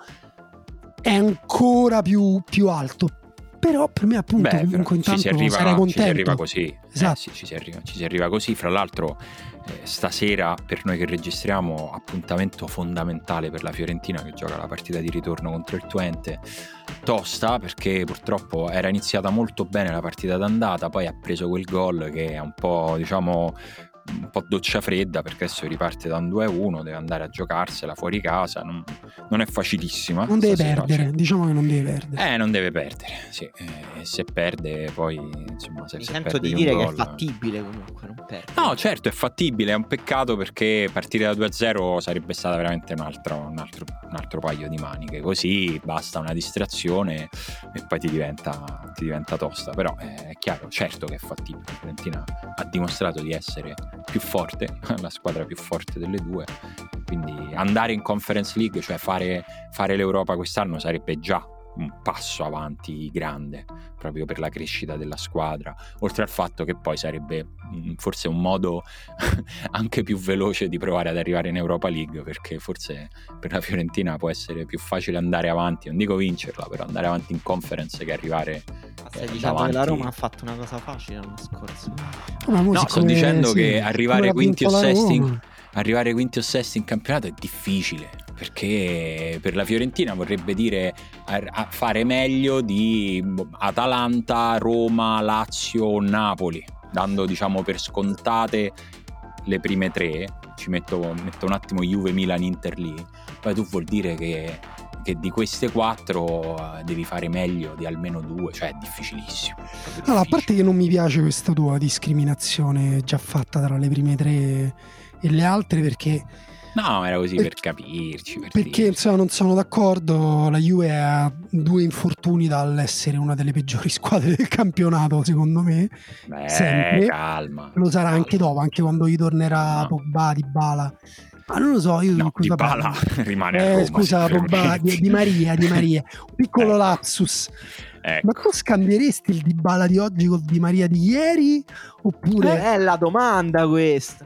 è ancora più, più alto. Però per me appunto Beh, comunque intanto ci si arriva, sarei contento. ci si arriva così. Esatto. Eh, sì, ci si arriva, ci si arriva così. Fra l'altro eh, stasera per noi che registriamo appuntamento fondamentale per la Fiorentina che gioca la partita di ritorno contro il Twente. Tosta perché purtroppo era iniziata molto bene la partita d'andata, poi ha preso quel gol che è un po', diciamo, un po' doccia fredda perché adesso riparte da un due a uno, deve andare a giocarsela fuori casa, non, non è facilissima. Non deve stasera, perdere, cioè. diciamo che non deve perdere. Eh, non deve perdere, sì. Eh, se perde poi, insomma, se, Mi se sento perde di un dire che gol- è fattibile comunque, non perde. No, certo, è fattibile, è un peccato perché partire da due a zero sarebbe stata veramente un altro, un altro, un altro paio di maniche, così basta una distrazione e poi ti diventa, ti diventa tosta, però è chiaro, certo che è fattibile. La Fiorentina ha dimostrato di essere più forte, la squadra più forte delle due, quindi andare in Conference League, cioè fare, fare l'Europa quest'anno sarebbe già un passo avanti grande proprio per la crescita della squadra, oltre al fatto che poi sarebbe mh, forse un modo anche più veloce di provare ad arrivare in Europa League, perché forse per la Fiorentina può essere più facile andare avanti, non dico vincerla, però andare avanti in Conference che arrivare Ma stai eh, dicendo davanti. che la Roma ha fatto una cosa facile l'anno scorso? Ma mo No, siccome- sto dicendo sì, che come arrivare l'ha quinti vinto o la sesti in- Roma. arrivare quinti o sesti in campionato è difficile, perché per la Fiorentina vorrebbe dire a, a fare meglio di Atalanta, Roma, Lazio o Napoli, dando diciamo per scontate le prime tre. Ci metto, metto un attimo Juve, Milan, Inter lì, poi tu vuol dire che, che di queste quattro uh, devi fare meglio di almeno due, cioè è difficilissimo. È difficile. Allora, a parte che non mi piace questa tua discriminazione già fatta tra le prime tre e le altre, perché no, era così per, per capirci. Per perché insomma, non sono d'accordo. La Juve ha due infortuni dall'essere una delle peggiori squadre del campionato, secondo me. Beh, sempre. calma. Lo sarà calma. anche dopo, anche quando gli tornerà no. Pogba, Dybala. Ma non lo so, io no, Dybala rimane a Roma, eh, scusa, Pogba, di, di Maria, di Maria. Un piccolo eh. lapsus. Ecco. Ma tu scambieresti il Dybala di oggi col Di Maria di ieri? Oppure eh, è la domanda questa.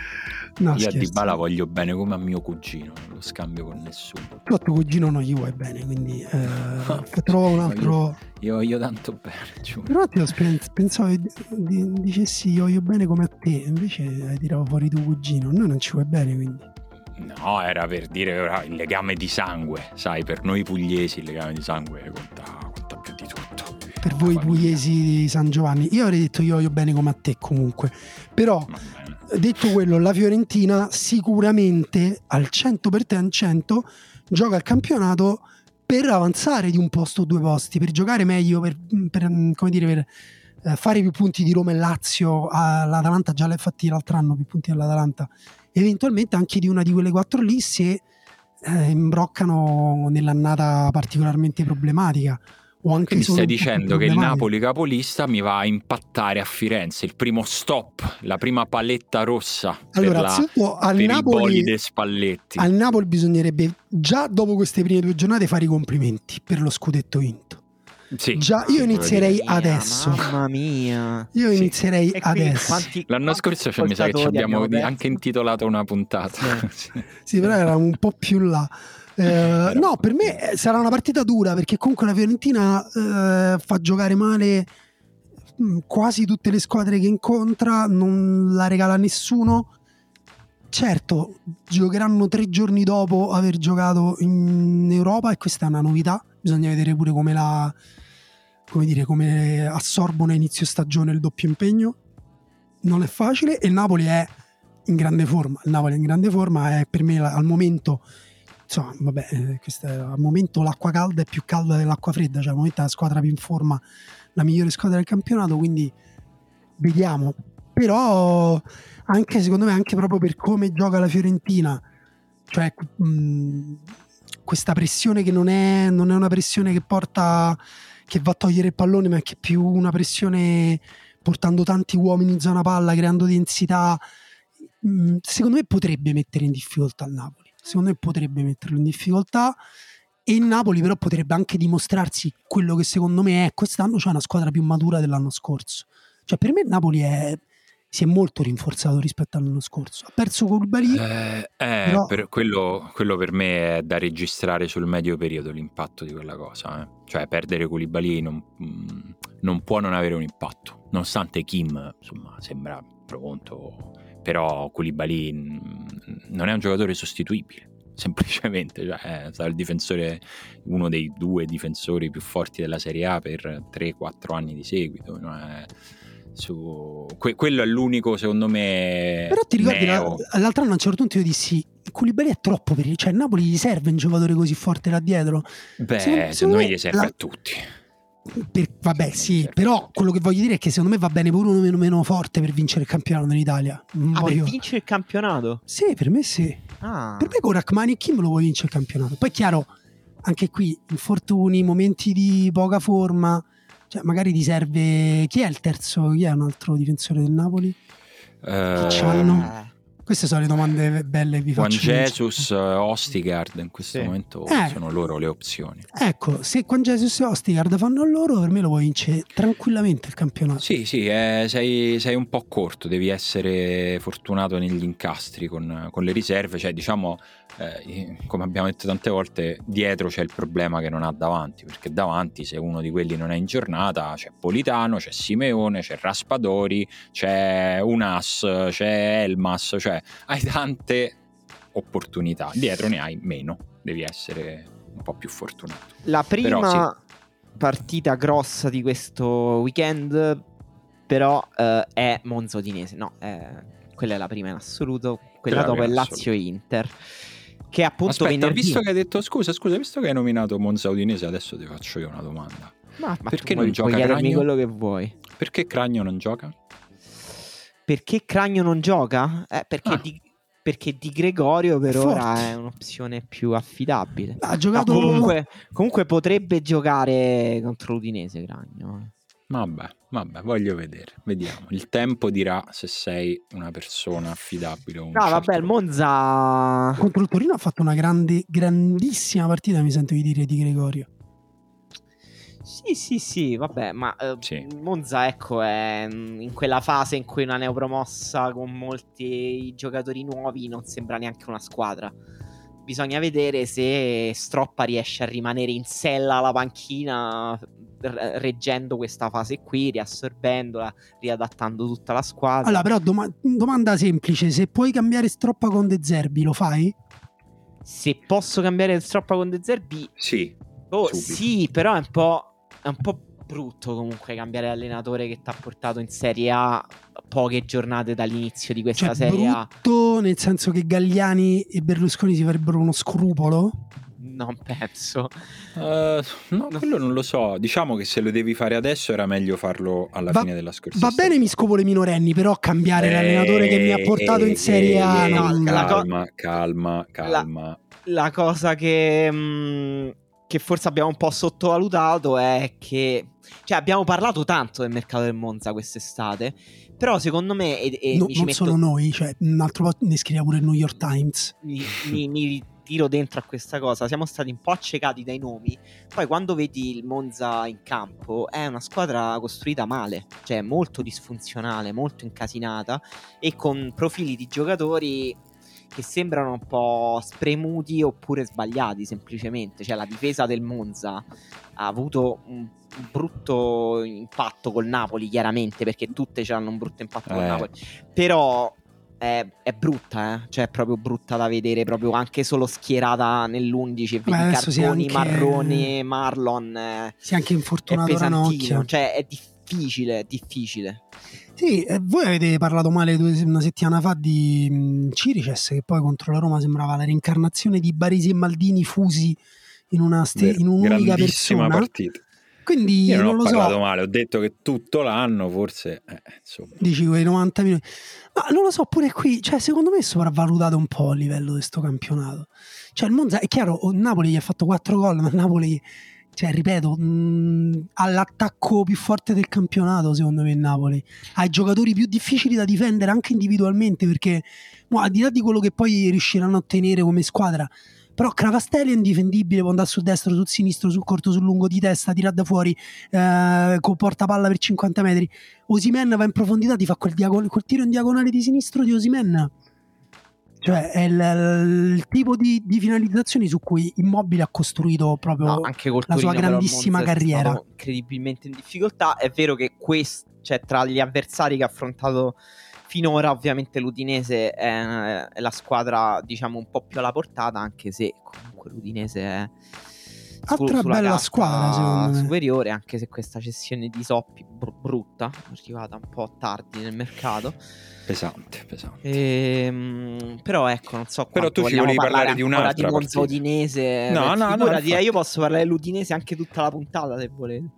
No, io scherzo. a Dybala voglio bene come a mio cugino, non lo scambio con nessuno. Tu a tuo cugino non gli vuoi bene, quindi eh, no, trovo un altro. Io voglio tanto bene. Giù. Però ti pensavo che dicessi io voglio bene come a te, invece hai tirato fuori tuo cugino. Noi non ci vuoi bene, quindi. No, era per dire era il legame di sangue, sai, per noi pugliesi il legame di sangue conta, conta più di tutto. Per voi famiglia. Pugliesi di San Giovanni, io avrei detto io voglio bene come a te comunque, però detto quello, la Fiorentina sicuramente al cento per cento gioca il campionato per avanzare di un posto o due posti, per giocare meglio, per, per come dire, per eh, fare più punti di Roma e Lazio. L'Atalanta già l'ha fatti l'altro anno, più punti dell'Atalanta, eventualmente anche di una di quelle quattro lì se eh, imbroccano nell'annata particolarmente problematica. O anche Quindi stai dicendo che il Napoli capolista mi va a impattare a Firenze, il primo stop, la prima paletta rossa allora, per, la, al per Napoli, i bolide Spalletti. Al Napoli bisognerebbe già dopo queste prime due giornate fare i complimenti per lo scudetto vinto. Sì, già io inizierei mia, adesso. Mamma mia. Io sì. inizierei adesso. Quanti, L'anno scorso cioè, mi sa che ci abbiamo anche intitolato una puntata. Sì, sì, però era un po' più là. Eh, no, per me sarà una partita dura perché comunque la Fiorentina eh, fa giocare male mh, quasi tutte le squadre che incontra, non la regala a nessuno. Certo, giocheranno tre giorni dopo aver giocato in Europa e questa è una novità. Bisogna vedere pure come la come dire, come assorbono a inizio stagione il doppio impegno. Non è facile e il Napoli è in grande forma. Il Napoli è in grande forma, è per me al momento. Insomma, vabbè, questa è, al momento l'acqua calda è più calda dell'acqua fredda, cioè al momento è la squadra più in forma, la migliore squadra del campionato, quindi vediamo. Però anche secondo me, anche proprio per come gioca la Fiorentina, cioè mh, questa pressione che non è, non è una pressione che porta, che va a togliere il pallone, ma è che più una pressione portando tanti uomini in zona palla, creando densità, mh, secondo me potrebbe mettere in difficoltà il Napoli. Secondo me potrebbe metterlo in difficoltà e il Napoli però potrebbe anche dimostrarsi quello che secondo me è quest'anno, cioè una squadra più matura dell'anno scorso. Cioè per me il Napoli è, si è molto rinforzato rispetto all'anno scorso. Ha perso Koulibaly. Eh, eh, però... per quello, quello per me è da registrare sul medio periodo l'impatto di quella cosa. Eh. Cioè perdere Koulibaly non, non può non avere un impatto, nonostante Kim insomma sembra pronto. Però Koulibaly non è un giocatore sostituibile, semplicemente, cioè è stato il difensore, uno dei due difensori più forti della Serie A per tre quattro anni di seguito, no? È su... que- quello è l'unico secondo me. Però ti ricordi la, neo. l'altro anno a un certo punto io dissi Koulibaly è troppo per il, cioè il Napoli gli serve un giocatore così forte là dietro. Beh secondo, secondo me gli serve la... a tutti. Per, vabbè sì, però quello che voglio dire è che secondo me va bene pure uno meno, meno forte per vincere il campionato in Italia. Ah, voglio... per vincere il campionato? Sì, per me sì. Ah. Per me con Rachmani e Kim lo vuoi vincere il campionato. Poi è chiaro, anche qui infortuni, momenti di poca forma, cioè magari ti serve. Chi è il terzo? Chi è un altro difensore del Napoli? Uh... Chi c'hanno? Queste sono le domande belle che vi Juan faccio. Jesus, Ostigard in questo sì. momento eh, sono loro le opzioni. Ecco, se Juan Jesus e Ostigard fanno loro, per me lo puoi vincere tranquillamente il campionato. Sì, sì, eh, sei, sei un po' corto, devi essere fortunato negli incastri con, con le riserve, cioè diciamo, eh, come abbiamo detto tante volte, dietro c'è il problema che non ha davanti, perché davanti se uno di quelli non è in giornata c'è Politano, c'è Simeone, c'è Raspadori, c'è Unas, c'è Elmas, cioè hai tante opportunità, dietro ne hai meno, devi essere un po' più fortunato. La prima però, sì. partita grossa di questo weekend però uh, è Monza Udinese, no, eh, quella è la prima in assoluto, quella, quella dopo è Lazio-Inter. che appunto Aspetta, venerdì. visto che hai detto scusa, scusa, visto che hai nominato Monza Udinese, adesso ti faccio io una domanda. Ma, ma Perché tu non puoi, gioca puoi chiedermi Cragno? quello che vuoi. Perché Cragno non gioca? Perché Cragno non gioca? Eh, perché, Ah. di, perché Di Gregorio per È ora forte. è un'opzione più affidabile. Ha giocato No, comunque, comunque potrebbe giocare contro l'Udinese Cragno. Vabbè, vabbè, voglio vedere. Vediamo. Il tempo dirà se sei una persona affidabile o un No, certo vabbè, il Monza contro il Torino ha fatto una grande, grandissima partita, mi sento di dire, Di Gregorio. Sì, sì, sì, vabbè, ma eh, Sì. il Monza, ecco, è in quella fase in cui una neopromossa con molti giocatori nuovi non sembra neanche una squadra. Bisogna vedere se Stroppa riesce a rimanere in sella alla panchina, r- reggendo questa fase qui, riassorbendola, riadattando tutta la squadra. Allora, però, doma- domanda semplice: se puoi cambiare Stroppa con De Zerbi, lo fai? Se posso cambiare Stroppa con De Zerbi, Sì. oh, subito. sì, però è un po', è un po' brutto comunque cambiare allenatore che ti ha portato in Serie A poche giornate dall'inizio di questa Cioè, Serie A. brutto nel senso che Galliani e Berlusconi si farebbero uno scrupolo? Non penso. Uh, no, quello non lo so. Diciamo che se lo devi fare adesso era meglio farlo alla Va- fine della scorsa Va stagione. bene, mi scopole minorenni, però cambiare Eh, l'allenatore che mi ha portato in eh, Serie A eh, non... la co- calma, calma, calma. La cosa che, mh, che forse abbiamo un po' sottovalutato è che, cioè, abbiamo parlato tanto del mercato del Monza quest'estate, però secondo me e, e No, mi ci non metto, solo noi, cioè un altro po' ne scriveva pure il New York Times. mi, mi, mi tiro dentro a questa cosa. Siamo stati un po' accecati dai nomi. Poi quando vedi il Monza in campo è una squadra costruita male, cioè molto disfunzionale, molto incasinata e con profili di giocatori che sembrano un po' spremuti oppure sbagliati semplicemente. Cioè la difesa del Monza ha avuto un brutto impatto col Napoli, chiaramente, perché tutte hanno un brutto impatto col Eh. Napoli, però è, è brutta, eh? Cioè è proprio brutta da vedere, proprio anche solo schierata nell'undici e vedi Beh, adesso si è Carboni, anche- Marroni, Marlon, eh, Si è anche è infortunato pesantino, Ranocchia. cioè è difficile, è difficile. Sì, eh, voi avete parlato male due- una settimana fa di mh, Cirices, che poi contro la Roma sembrava la reincarnazione di Baresi e Maldini fusi in, una ste- Vero. in un'unica Grandissima persona. partita. Quindi Io non, non ho lo parlato so, male, ho detto che tutto l'anno forse eh, insomma. dici quei novanta minuti. Ma non lo so, pure qui, cioè secondo me è sopravvalutato un po' a livello di sto campionato. Cioè il Monza, è chiaro, il Napoli gli ha fatto quattro gol, ma il Napoli, cioè ripeto, mh, ha l'attacco più forte del campionato secondo me il Napoli. Ha i giocatori più difficili da difendere anche individualmente, perché mo, al di là di quello che poi riusciranno a ottenere come squadra, però Cravastelli è indifendibile, può andare sul destro, sul sinistro, sul corto, sul lungo di testa, tirare da fuori, eh, porta palla per cinquanta metri. Osimhen va in profondità, ti fa quel, diagon- quel tiro in diagonale di sinistro di Osimhen. Cioè è il, il tipo di, di finalizzazioni su cui Immobile ha costruito proprio No, anche col la sua Torino, però, il grandissima Monza è carriera. stato incredibilmente in difficoltà. È vero che questo, cioè, tra gli avversari che ha affrontato finora, ovviamente l'Udinese è, è la squadra, diciamo, un po' più alla portata, anche se comunque l'Udinese è Altra sulla bella carta squadra, secondo me. superiore, anche se questa cessione di Soppi br- brutta, è arrivata un po' tardi nel mercato. Pesante, pesante. Ehm, però ecco, non so Però quanto tu ci vogliamo volevi parlare di ancora un'altra di Monza partita. Udinese. No, Beh, no, no, figurati, eh, infatti. io posso parlare dell'Udinese anche tutta la puntata se volete.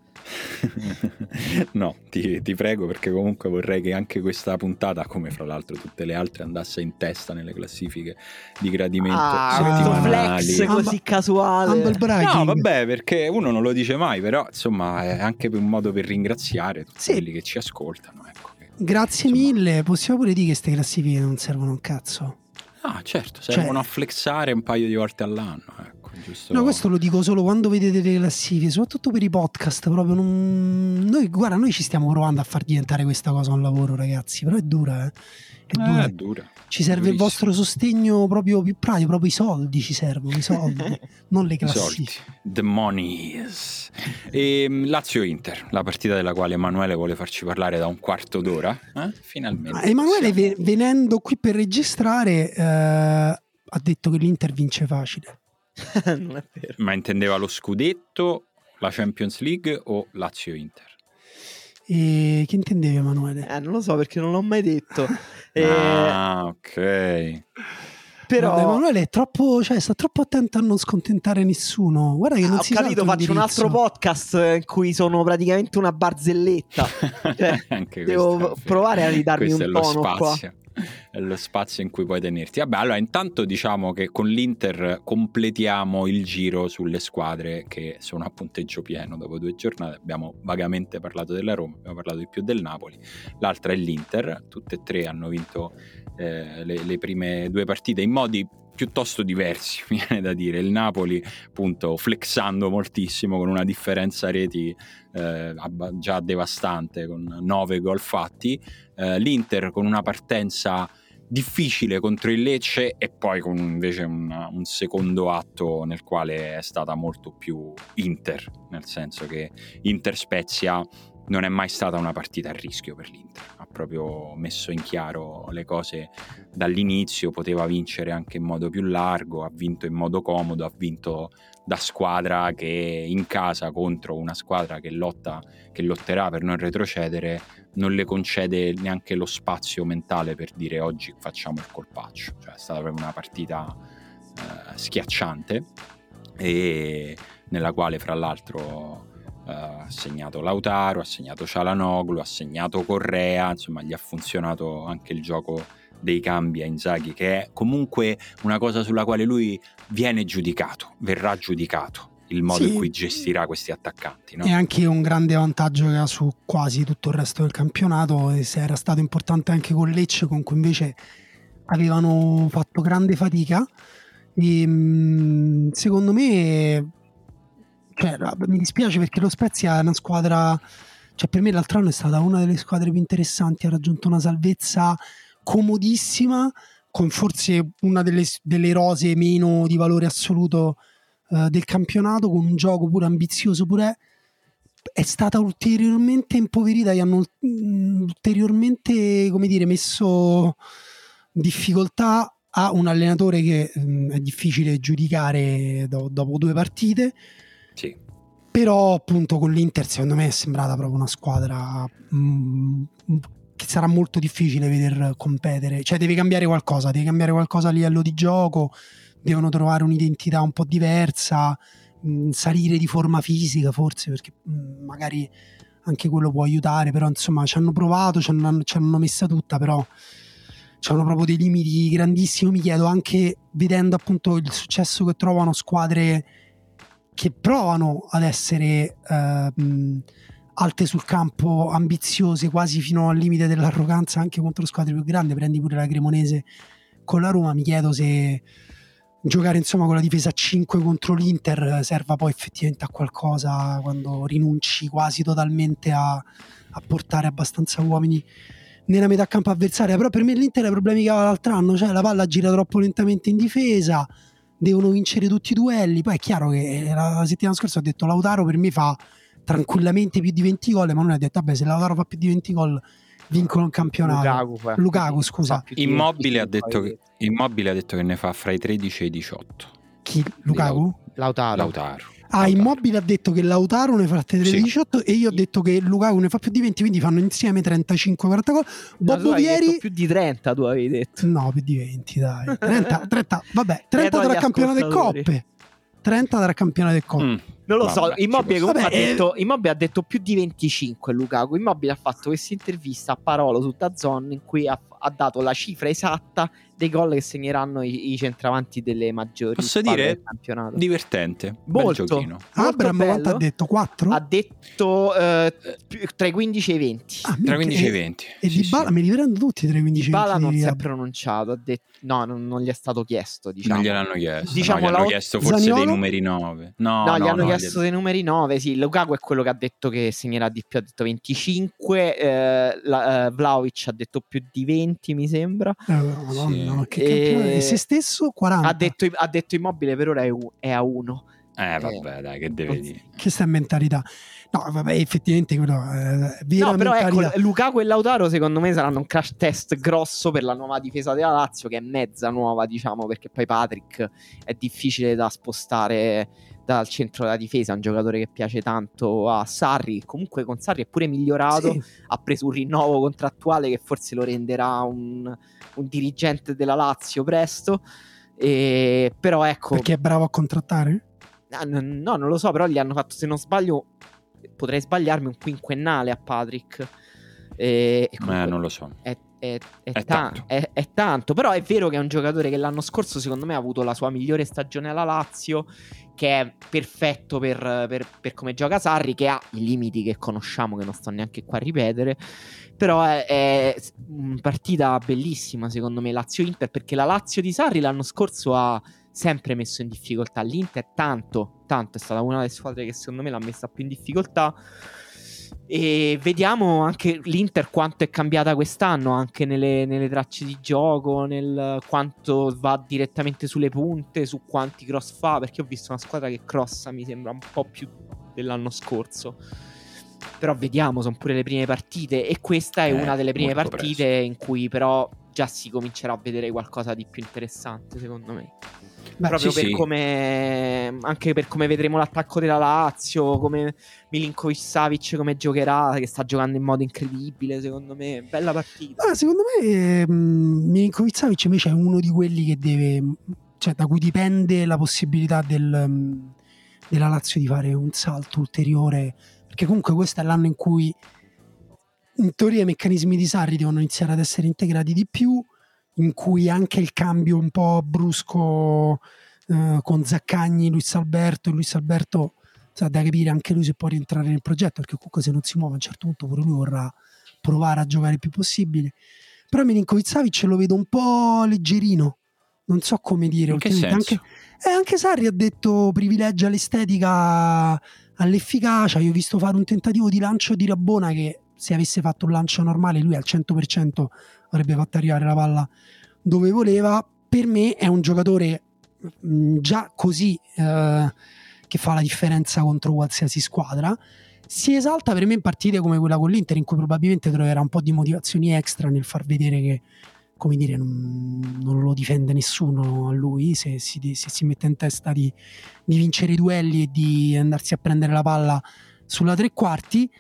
No, ti, ti prego, perché comunque vorrei che anche questa puntata, come fra l'altro tutte le altre, andasse in testa nelle classifiche di gradimento Ah, questo settimanali. flex così Humble- casuale. Humble bragging. No, vabbè, perché uno non lo dice mai, però insomma è anche un modo per ringraziare tutti Sì. quelli che ci ascoltano. Ecco, che, Grazie insomma- mille. Possiamo pure dire che queste classifiche non servono un cazzo. Ah, certo, servono Cioè- a flexare un paio di volte all'anno, ecco, giusto. No, questo lo dico solo quando vedete le classifiche, soprattutto per i podcast. Proprio non... noi, guarda, noi ci stiamo provando a far diventare questa cosa un lavoro, ragazzi. Però è dura, eh. È dura. Eh, è dura. Ci serve il durissimo. vostro sostegno proprio più pratico, proprio i soldi ci servono, i soldi, non le I soldi, classifiche. the monies. E Lazio-Inter, la partita della quale Emanuele vuole farci parlare da un quarto d'ora, eh? Finalmente. Ah, Emanuele, possiamo- ve- venendo qui per registrare, eh, ha detto che l'Inter vince facile. Non è vero. Ma intendeva lo scudetto, la Champions League o Lazio-Inter? E che intendevi, Emanuele? Eh, non lo so perché non l'ho mai detto. Eh, Ah, ok. Però Vabbè, Emanuele è troppo, cioè sta troppo attento a non scontentare nessuno. Guarda che non ho si capito, salta faccio un indirizzo. altro podcast in cui sono praticamente una barzelletta. Cioè, Anche devo questo è vero. provare a ridarmi Questo un è lo tono qua. spazio. È lo spazio in cui puoi tenerti. Vabbè, allora intanto diciamo che con l'Inter completiamo il giro sulle squadre che sono a punteggio pieno dopo due giornate. Abbiamo vagamente parlato della Roma, abbiamo parlato di più del Napoli, l'altra è l'Inter. Tutte e tre hanno vinto eh, le, le prime due partite in modi piuttosto diversi, mi viene da dire. Il Napoli appunto flexando moltissimo con una differenza reti eh, già devastante, con nove gol fatti, eh, l'Inter con una partenza difficile contro il Lecce e poi con invece una, un secondo atto nel quale è stata molto più Inter, nel senso che Inter Spezia non è mai stata una partita a rischio per l'Inter, ha proprio messo in chiaro le cose dall'inizio, poteva vincere anche in modo più largo, ha vinto in modo comodo, ha vinto da squadra che in casa contro una squadra che lotta, che lotterà per non retrocedere, non le concede neanche lo spazio mentale per dire oggi facciamo il colpaccio, cioè è stata proprio una partita eh, schiacciante e nella quale fra l'altro Uh, ha segnato Lautaro, ha segnato Çalhanoğlu, ha segnato Correa, insomma gli ha funzionato anche il gioco dei cambi a Inzaghi, che è comunque una cosa sulla quale lui viene giudicato, verrà giudicato il modo Sì. in cui gestirà questi attaccanti, no? È anche un grande vantaggio che ha su quasi tutto il resto del campionato, e se era stato importante anche con Lecce, con cui invece avevano fatto grande fatica. E, mh, secondo me, cioè, mi dispiace perché lo Spezia è una squadra, cioè per me l'altro anno è stata una delle squadre più interessanti, ha raggiunto una salvezza comodissima, con forse una delle, delle rose meno di valore assoluto uh, del campionato, con un gioco pure ambizioso, pure è stata ulteriormente impoverita, gli hanno ulteriormente, come dire, messo in difficoltà a un allenatore che mh, è difficile giudicare do, dopo due partite. Sì. Però appunto con l'Inter secondo me è sembrata proprio una squadra mh, che sarà molto difficile veder competere, cioè deve cambiare qualcosa, deve cambiare qualcosa a livello di gioco, devono trovare un'identità un po' diversa, mh, salire di forma fisica forse, perché mh, magari anche quello può aiutare, però insomma ci hanno provato, ci hanno, ci hanno messa tutta, però c'hanno proprio dei limiti grandissimi. Mi chiedo anche, vedendo appunto il successo che trovano squadre che provano ad essere eh, mh, alte sul campo, ambiziose quasi fino al limite dell'arroganza anche contro squadre più grandi, prendi pure la Cremonese con la Roma, mi chiedo se giocare insomma con la difesa a cinque contro l'Inter serva poi effettivamente a qualcosa quando rinunci quasi totalmente a, a portare abbastanza uomini nella metà campo avversaria. Però per me l'Inter ha i problemi che aveva l'altro anno, cioè la palla gira troppo lentamente in difesa, devono vincere tutti i duelli. Poi è chiaro che la settimana scorsa ho detto Lautaro per me fa tranquillamente più di venti gol, ma non ha detto vabbè, se Lautaro fa più di venti gol vincono il campionato. Lukaku, Lukaku scusa. Immobile ha detto che Immobile ha detto che ne fa fra i tredici e i diciotto. Chi? Lukaku? Lautaro. Lautaro. Ah, Lautaro. Immobile ha detto che Lautaro ne fa tredici Sì. diciotto e io ho detto che Lukaku ne fa più di venti, quindi fanno insieme trentacinque quaranta gol. Bobo Vieri più di trenta, tu avevi detto. no, più di venti, dai. trenta, trenta, vabbè, trenta Dietro tra agli campionato e ascoltatori. coppe. trenta tra campionato e coppe. Mm. Non lo Vabbè, so, Immobile ci comunque Vabbè, ha, eh, detto, Immobile ha detto più di venticinque. Lukaku Immobile ha fatto questa intervista a Parolo su DAZN in cui ha, ha dato la cifra esatta dei gol che segneranno i, i centravanti delle maggiori Posso squadre dire? del campionato. Divertente, Molto. bel giochino. Molto Abram quanto bello. ha detto? quattro? Ha detto eh, più- tra i quindici e i venti. Ah, Tra minchia, quindici e e- venti. E Sì, Di Bala sì. me li prendo tutti tra i quindici e Dybala venti non di si è Abram. pronunciato, ha detto, no, non, non gli è stato chiesto, diciamo. Non gliel'hanno chiesto. Diciamo no, gli la- hanno chiesto forse Zaniolo? dei numeri nove. No, No, no, gli hanno no, chiesto gli- dei numeri nove. Sì, Lukaku è quello che ha detto che segnerà di più, ha detto venticinque. Eh, la, eh, Vlahovic ha detto più di venti, mi sembra. Eh, Madonna, Sì. ma che E- campionato è? E se stesso quaranta. Ha detto, ha detto Immobile per ora è, u- è a uno. Eh, vabbè, dai, che deve non- dire. Che sta mentalità. No, vabbè, effettivamente quello è vera No, però mentalità. ecco, Lukaku e Lautaro secondo me saranno un crash test grosso per la nuova difesa della Lazio, che è mezza nuova, diciamo, perché poi Patrick è difficile da spostare dal centro della difesa, è un giocatore che piace tanto a Sarri. Comunque con Sarri è pure migliorato, Sì. ha preso un rinnovo contrattuale che forse lo renderà un, un dirigente della Lazio presto. E, però ecco, perché è bravo a contrattare? No, no, non lo so, però gli hanno fatto, se non sbaglio, potrei sbagliarmi, un quinquennale a Patrick. E, e eh, non lo so. È, è, è, è, ta- tanto. È, è tanto. Però è vero che è un giocatore che l'anno scorso, secondo me, ha avuto la sua migliore stagione alla Lazio, che è perfetto per, per, per come gioca Sarri, che ha i limiti che conosciamo, che non sto neanche qua a ripetere. Però è, è una partita bellissima, secondo me, Lazio-Inter, perché la Lazio di Sarri l'anno scorso ha sempre messo in difficoltà l'Inter, tanto, tanto, è stata una delle squadre che secondo me l'ha messa più in difficoltà. E vediamo anche l'Inter quanto è cambiata quest'anno, anche nelle, nelle tracce di gioco, nel quanto va direttamente sulle punte, su quanti cross fa, perché ho visto una squadra che crossa, mi sembra un po' più dell'anno scorso. Però vediamo, sono pure le prime partite, e questa è eh, una delle prime partite presto. in cui però già si comincerà a vedere qualcosa di più interessante, secondo me. Beh, proprio sì, per sì. come anche per come vedremo l'attacco della Lazio, come Milinkovic Savic come giocherà, che sta giocando in modo incredibile, secondo me. Bella partita. Ah, secondo me um, Milinkovic Savic invece è uno di quelli che deve, cioè da cui dipende la possibilità del, um, della Lazio di fare un salto ulteriore, perché comunque questo è l'anno in cui in teoria i meccanismi di Sarri devono iniziare ad essere integrati di più, in cui anche il cambio un po' brusco eh, con Zaccagni, Luis Alberto, Luis Alberto sa da capire anche lui se può rientrare nel progetto, perché comunque se non si muove a un certo punto pure lui vorrà provare a giocare il più possibile. Però Milinkovic Savic lo vedo un po' leggerino, non so come dire. In che senso? Anche, eh, anche Sarri ha detto privilegia l'estetica all'efficacia. Io ho visto fare un tentativo di lancio di Rabona che, se avesse fatto un lancio normale, lui al cento per cento avrebbe fatto arrivare la palla dove voleva. Per me è un giocatore mh, già così eh, che fa la differenza contro qualsiasi squadra. Si esalta per me in partite come quella con l'Inter, in cui probabilmente troverà un po' di motivazioni extra nel far vedere che, come dire, non, non lo difende nessuno a lui, se si, se si mette in testa di, di vincere i duelli e di andarsi a prendere la palla sulla tre quarti.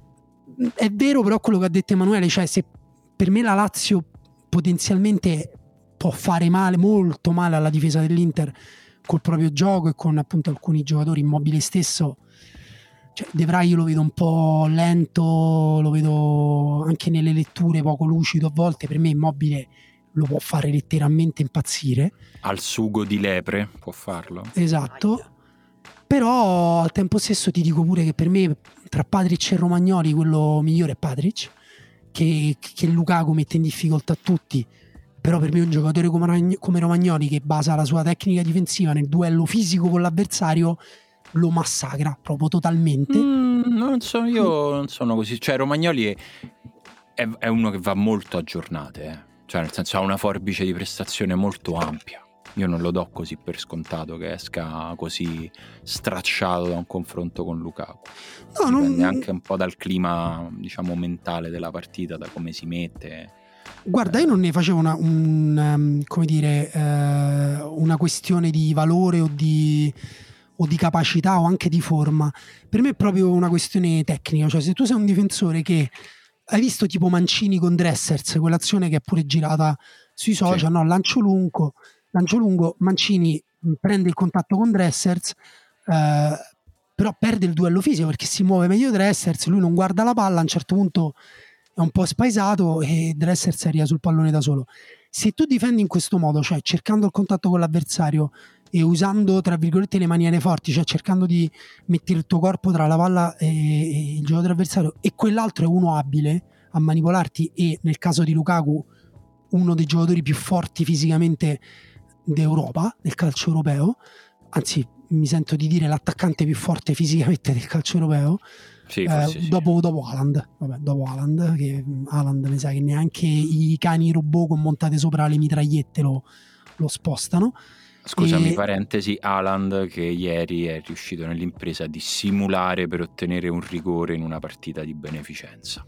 È vero però quello che ha detto Emanuele, cioè se per me la Lazio potenzialmente può fare male, molto male alla difesa dell'Inter col proprio gioco e con appunto alcuni giocatori, Immobile stesso, cioè De Vrij io lo vedo un po' lento, lo vedo anche nelle letture poco lucido a volte. Per me Immobile lo può fare letteralmente impazzire, al sugo di lepre può farlo, esatto. Però al tempo stesso ti dico pure che per me tra Patric e Romagnoli quello migliore è Patric, che, che Lukaku mette in difficoltà tutti. Però per me un giocatore come, come Romagnoli, che basa la sua tecnica difensiva nel duello fisico con l'avversario, lo massacra proprio totalmente. Mm, non so, io non sono così. Cioè Romagnoli è, è, è uno che va molto a giornate, eh. Cioè nel senso ha una forbice di prestazione molto ampia. Io non lo do così per scontato che esca così stracciato da un confronto con Lukaku. No, Dipende non... anche un po' dal clima, diciamo, mentale della partita, da come si mette. Guarda, io non ne facevo una, un, um, come dire, eh, una questione di valore o di, o di capacità o anche di forma. Per me è proprio una questione tecnica. Cioè, se tu sei un difensore che hai visto tipo Mancini con Dressers, quell'azione che è pure girata sui social, sì. no? Lancio lungo, lancio lungo, Mancini prende il contatto con Dressers, eh, però perde il duello fisico perché si muove meglio Dressers, lui non guarda la palla, a un certo punto è un po' spaesato e Dressers arriva sul pallone da solo. Se tu difendi in questo modo, cioè cercando il contatto con l'avversario e usando tra virgolette le maniere forti, cioè cercando di mettere il tuo corpo tra la palla e, e il giocatore avversario, e quell'altro è uno abile a manipolarti, e nel caso di Lukaku uno dei giocatori più forti fisicamente d'Europa, del calcio europeo, anzi mi sento di dire l'attaccante più forte fisicamente del calcio europeo, sì, eh, sì. dopo, dopo Haaland, vabbè, dopo Haaland, che Haaland mi sa che neanche i cani robot con montate sopra le mitragliette lo, lo spostano. Scusami, e... parentesi, Haaland che ieri è riuscito nell'impresa di simulare per ottenere un rigore in una partita di beneficenza.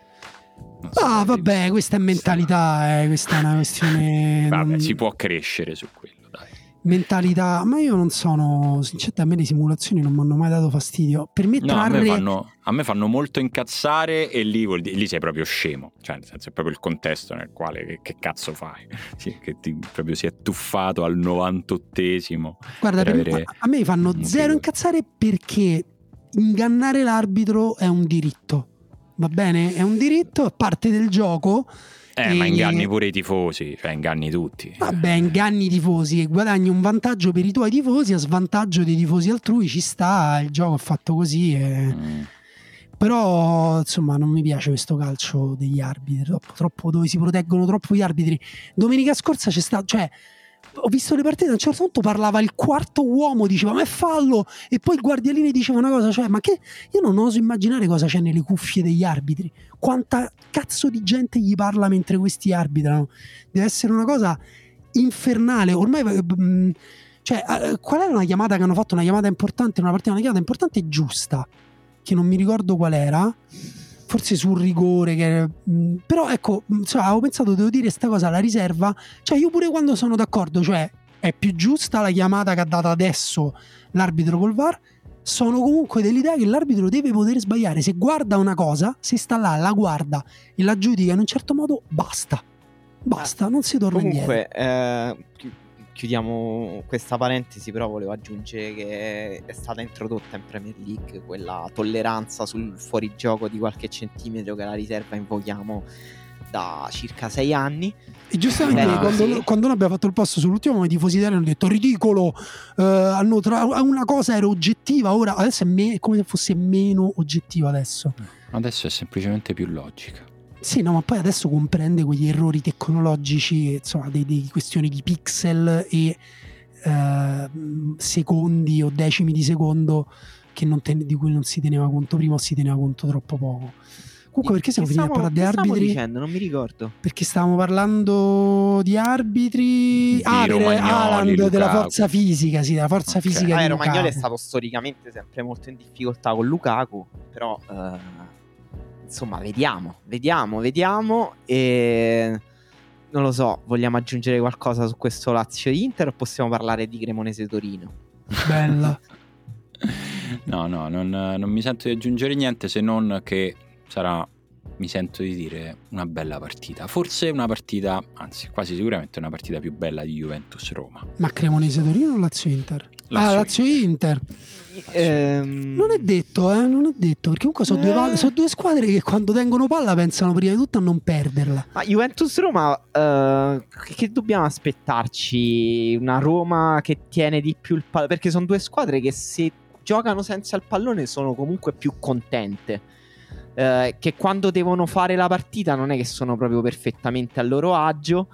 So ah vabbè visto. Questa è mentalità, eh, questa è una questione vabbè, non... si può crescere su quello, dai. mentalità, ma io non sono, sinceramente, a me le simulazioni non mi hanno mai dato fastidio. Per me No, trarre... a me fanno, a me fanno molto incazzare, e lì, vuol dire, lì sei proprio scemo, cioè nel senso è proprio il contesto nel quale che, che cazzo fai, sì, che ti, proprio si è tuffato al novantottesimo. Guarda, per avere... me, a me fanno zero incazzare, perché ingannare l'arbitro è un diritto, va bene? È un diritto, è parte del gioco. Eh, e... ma inganni pure i tifosi, cioè inganni tutti. Vabbè, inganni i tifosi e guadagni un vantaggio per i tuoi tifosi a svantaggio dei tifosi altrui, ci sta, il gioco è fatto così. E... Mm. Però insomma non mi piace questo calcio degli arbitri, troppo, troppo, dove si proteggono troppo gli arbitri. Domenica scorsa c'è stato, cioè ho visto le partite, a un certo punto parlava il quarto uomo, diceva ma è fallo, e poi il guardialine diceva una cosa, cioè ma che, io non oso immaginare cosa c'è nelle cuffie degli arbitri, quanta cazzo di gente gli parla mentre questi arbitrano, deve essere una cosa infernale ormai. Mh, cioè qual era una chiamata che hanno fatto, una chiamata importante, una partita, una chiamata importante e giusta, che non mi ricordo qual era, forse sul rigore, che, mh, però ecco, insomma, avevo pensato, devo dire sta cosa alla riserva, cioè io pure quando sono d'accordo, cioè è più giusta la chiamata che ha dato adesso l'arbitro col V A R, sono comunque dell'idea che l'arbitro deve poter sbagliare, se guarda una cosa, se sta là, la guarda e la giudica in un certo modo, basta basta, non si torna comunque, indietro. eh, chiudiamo questa parentesi, però volevo aggiungere che è stata introdotta in Premier League quella tolleranza sul fuorigioco di qualche centimetro che la riserva invochiamo da circa sei anni. E giustamente ah, quando, sì. quando noi abbiamo fatto il post sull'ultimo, i tifosi italiani hanno detto ridicolo, eh, hanno tra... una cosa era oggettiva, ora adesso è, me... è come se fosse meno oggettiva adesso. Adesso è semplicemente più logica. Sì, no, ma poi adesso comprende quegli errori tecnologici, insomma, dei, dei questioni di pixel e eh, secondi o decimi di secondo che non te, di cui non si teneva conto prima o si teneva conto troppo poco. Comunque, perché siamo finiti a parlare di arbitri? Che dicendo? Non mi ricordo. Perché stavamo parlando di arbitri. Di ah, per Haaland, Lukaku. Della forza fisica, sì, della forza okay. fisica. Ah, di Romagnoli Lukaku. è stato storicamente sempre molto in difficoltà con Lukaku, però eh, insomma, vediamo, vediamo, vediamo e non lo so, vogliamo aggiungere qualcosa su questo Lazio-Inter o possiamo parlare di Cremonese-Torino? Bella. No, no, non, non mi sento di aggiungere niente, se non che sarà, mi sento di dire, una bella partita. Forse una partita, anzi quasi sicuramente una partita più bella di Juventus-Roma. Ma Cremonese-Torino o Lazio-Inter? Lazio ah, Lazio-Inter. Ehm... Non è detto, eh, non è detto, perché comunque sono, eh... due, sono due squadre che quando tengono palla pensano prima di tutto a non perderla. Ma Juventus-Roma, uh, che dobbiamo aspettarci? Una Roma che tiene di più il pallone? Perché sono due squadre che se giocano senza il pallone sono comunque più contente. Uh, che quando devono fare la partita non è che sono proprio perfettamente a loro agio,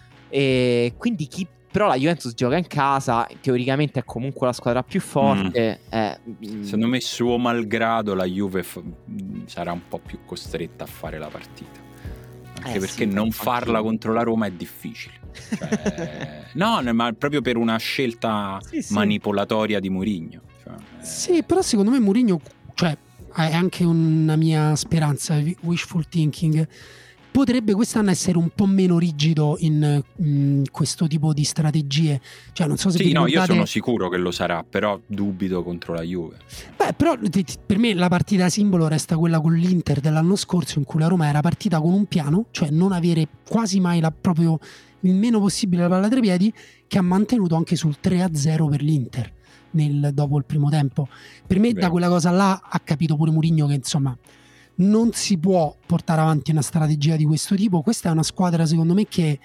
e quindi chi però la Juventus gioca in casa, teoricamente è comunque la squadra più forte. Mm. Eh, Secondo me, suo malgrado, la Juve f- sarà un po' più costretta a fare la partita, anche eh, perché sì, non farla contro la Roma è difficile. Cioè, no, ma proprio per una scelta sì, sì. manipolatoria di Mourinho. Cioè, eh... Sì, però secondo me Mourinho, cioè, è anche una mia speranza, wishful thinking, potrebbe quest'anno essere un po' meno rigido in, in questo tipo di strategie. Cioè, non so se sì, vi no, ricordate... io sono sicuro che lo sarà, però dubito contro la Juve. Beh, però per me la partita simbolo resta quella con l'Inter dell'anno scorso, in cui la Roma era partita con un piano, cioè non avere quasi mai la, proprio il meno possibile la palla tra i piedi, che ha mantenuto anche sul tre a zero per l'Inter nel, dopo il primo tempo. Per me, Beh. da quella cosa là ha capito pure Mourinho che insomma non si può portare avanti una strategia di questo tipo. Questa è una squadra, secondo me, che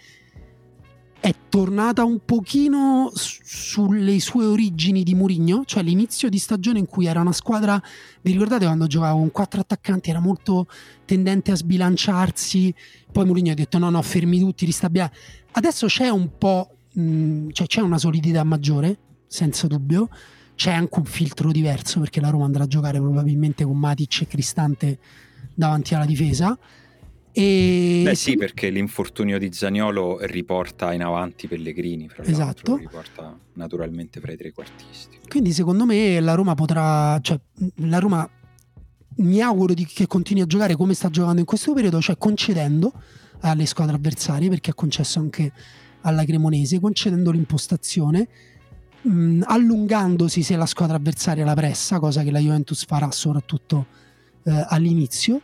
è tornata un pochino sulle sue origini di Mourinho, cioè l'inizio di stagione in cui era una squadra, vi ricordate quando giocava con quattro attaccanti, era molto tendente a sbilanciarsi, poi Mourinho ha detto no no fermi tutti, ristabili. Adesso c'è un po' mh, cioè c'è una solidità maggiore, senza dubbio, c'è anche un filtro diverso perché la Roma andrà a giocare probabilmente con Matic e Cristante davanti alla difesa. E Beh sì, perché l'infortunio di Zaniolo riporta in avanti Pellegrini, fra esatto, riporta naturalmente fra i trequartisti. Quindi secondo me la Roma potrà, cioè la Roma mi auguro di, che continui a giocare come sta giocando in questo periodo, cioè concedendo alle squadre avversarie, perché ha concesso anche alla Cremonese, concedendo l'impostazione, mh, allungandosi se la squadra avversaria la pressa, cosa che la Juventus farà soprattutto eh, all'inizio,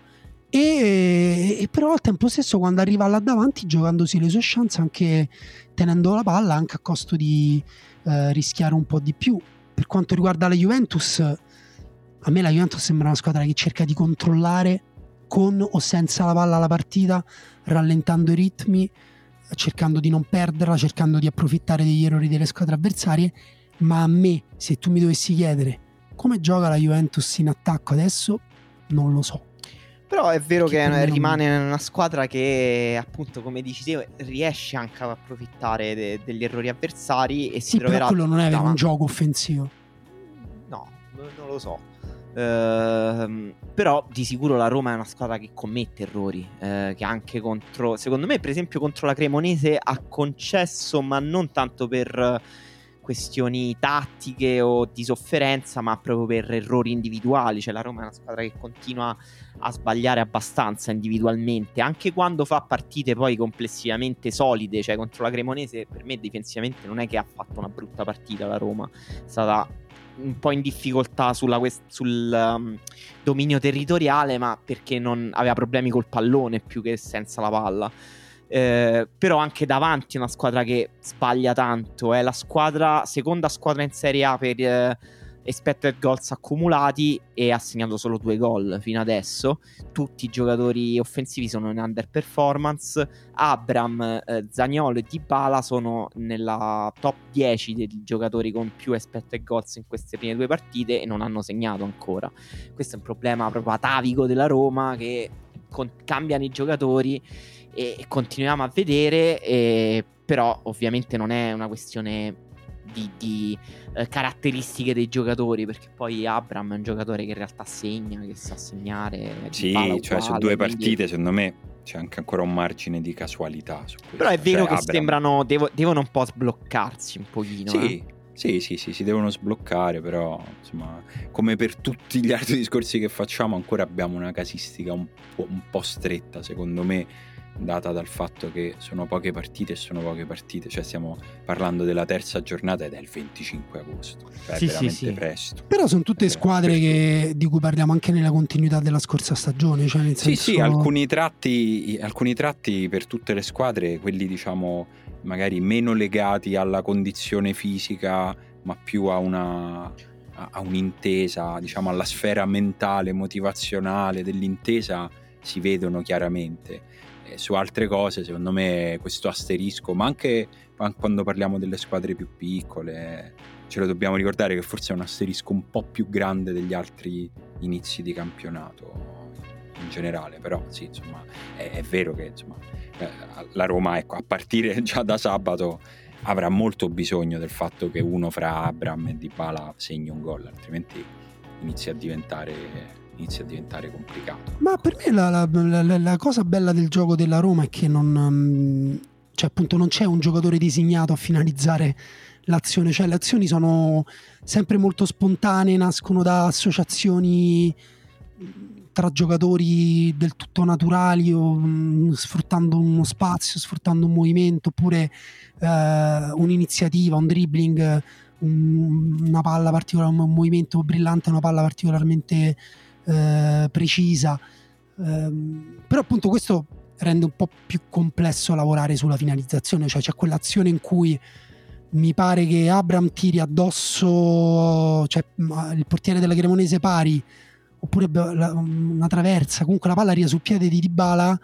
e, e però al tempo stesso quando arriva là davanti giocandosi le sue chance, anche tenendo la palla, anche a costo di eh, rischiare un po' di più. Per quanto riguarda la Juventus, a me la Juventus sembra una squadra che cerca di controllare con o senza la palla la partita, rallentando i ritmi, cercando di non perderla, cercando di approfittare degli errori delle squadre avversarie. Ma a me, se tu mi dovessi chiedere come gioca la Juventus in attacco adesso, non lo so. Però è vero Perché che non... rimane una squadra che, appunto, come dici te, riesce anche ad approfittare de- degli errori avversari e si sì, troverà. però quello non è avere un davanti. gioco offensivo. No, non, non lo so. Ehm, però di sicuro la Roma è una squadra che commette errori, eh, che anche contro, secondo me, per esempio contro la Cremonese ha concesso, ma non tanto per questioni tattiche o di sofferenza, ma proprio per errori individuali. Cioè la Roma è una squadra che continua a sbagliare abbastanza individualmente, anche quando fa partite poi complessivamente solide. Cioè contro la Cremonese per me difensivamente non è che ha fatto una brutta partita la Roma, è stata un po' in difficoltà sulla quest- sul um, dominio territoriale, ma perché non aveva problemi col pallone più che senza la palla. Eh, però anche davanti è una squadra che sbaglia tanto, è la squadra, seconda squadra in Serie A per eh, expected goals accumulati e ha segnato solo due gol fino adesso. Tutti i giocatori offensivi sono in underperformance. Abram, eh, Zaniolo e Dybala sono nella top dieci dei giocatori con più expected goals in queste prime due partite e non hanno segnato ancora. Questo è un problema proprio atavico della Roma, che con- cambiano i giocatori e continuiamo a vedere, e però ovviamente non è una questione di, di eh, caratteristiche dei giocatori, perché poi Abram è un giocatore che in realtà segna, che sa segnare. Sì, cioè uguale, su due quindi... partite secondo me c'è anche ancora un margine di casualità su questo. Però è vero cioè, che Abram... sembrano devo, devono un po' sbloccarsi un pochino. Sì, eh. sì, sì, sì, si devono sbloccare, però insomma, come per tutti gli altri discorsi che facciamo, ancora abbiamo una casistica un po', un po' stretta, secondo me, data dal fatto che sono poche partite e sono poche partite, cioè stiamo parlando della terza giornata ed è il venticinque agosto, cioè Sì, è veramente sì, sì. presto. Però sono tutte È squadre che, di cui parliamo anche nella continuità della scorsa stagione, cioè nel Sì, senso... sì, alcuni tratti, alcuni tratti per tutte le squadre, quelli diciamo magari meno legati alla condizione fisica, ma più a una a, a un'intesa, diciamo alla sfera mentale, motivazionale dell'intesa, si vedono chiaramente. Eh, su altre cose, secondo me, questo asterisco, ma anche quando parliamo delle squadre più piccole, ce lo dobbiamo ricordare che forse è un asterisco un po' più grande degli altri inizi di campionato in generale. Però sì, insomma, è, è vero che insomma eh, la Roma, ecco, a partire già da sabato avrà molto bisogno del fatto che uno fra Abram e Dybala segni un gol, altrimenti inizia a diventare inizia a diventare complicato. Ma per me la, la, la, la cosa bella del gioco della Roma è che non, cioè appunto non c'è un giocatore designato a finalizzare l'azione, cioè le azioni sono sempre molto spontanee, nascono da associazioni tra giocatori del tutto naturali, o mh, sfruttando uno spazio, sfruttando un movimento, oppure eh, un'iniziativa, un dribbling, un, una palla particolare, un movimento brillante, una palla particolarmente eh, precisa. Eh, però appunto questo rende un po' più complesso lavorare sulla finalizzazione, cioè c'è quell'azione in cui mi pare che Abram tiri addosso, cioè il portiere della Cremonese pari, oppure una traversa, comunque la palla arriva sul piede di Dybala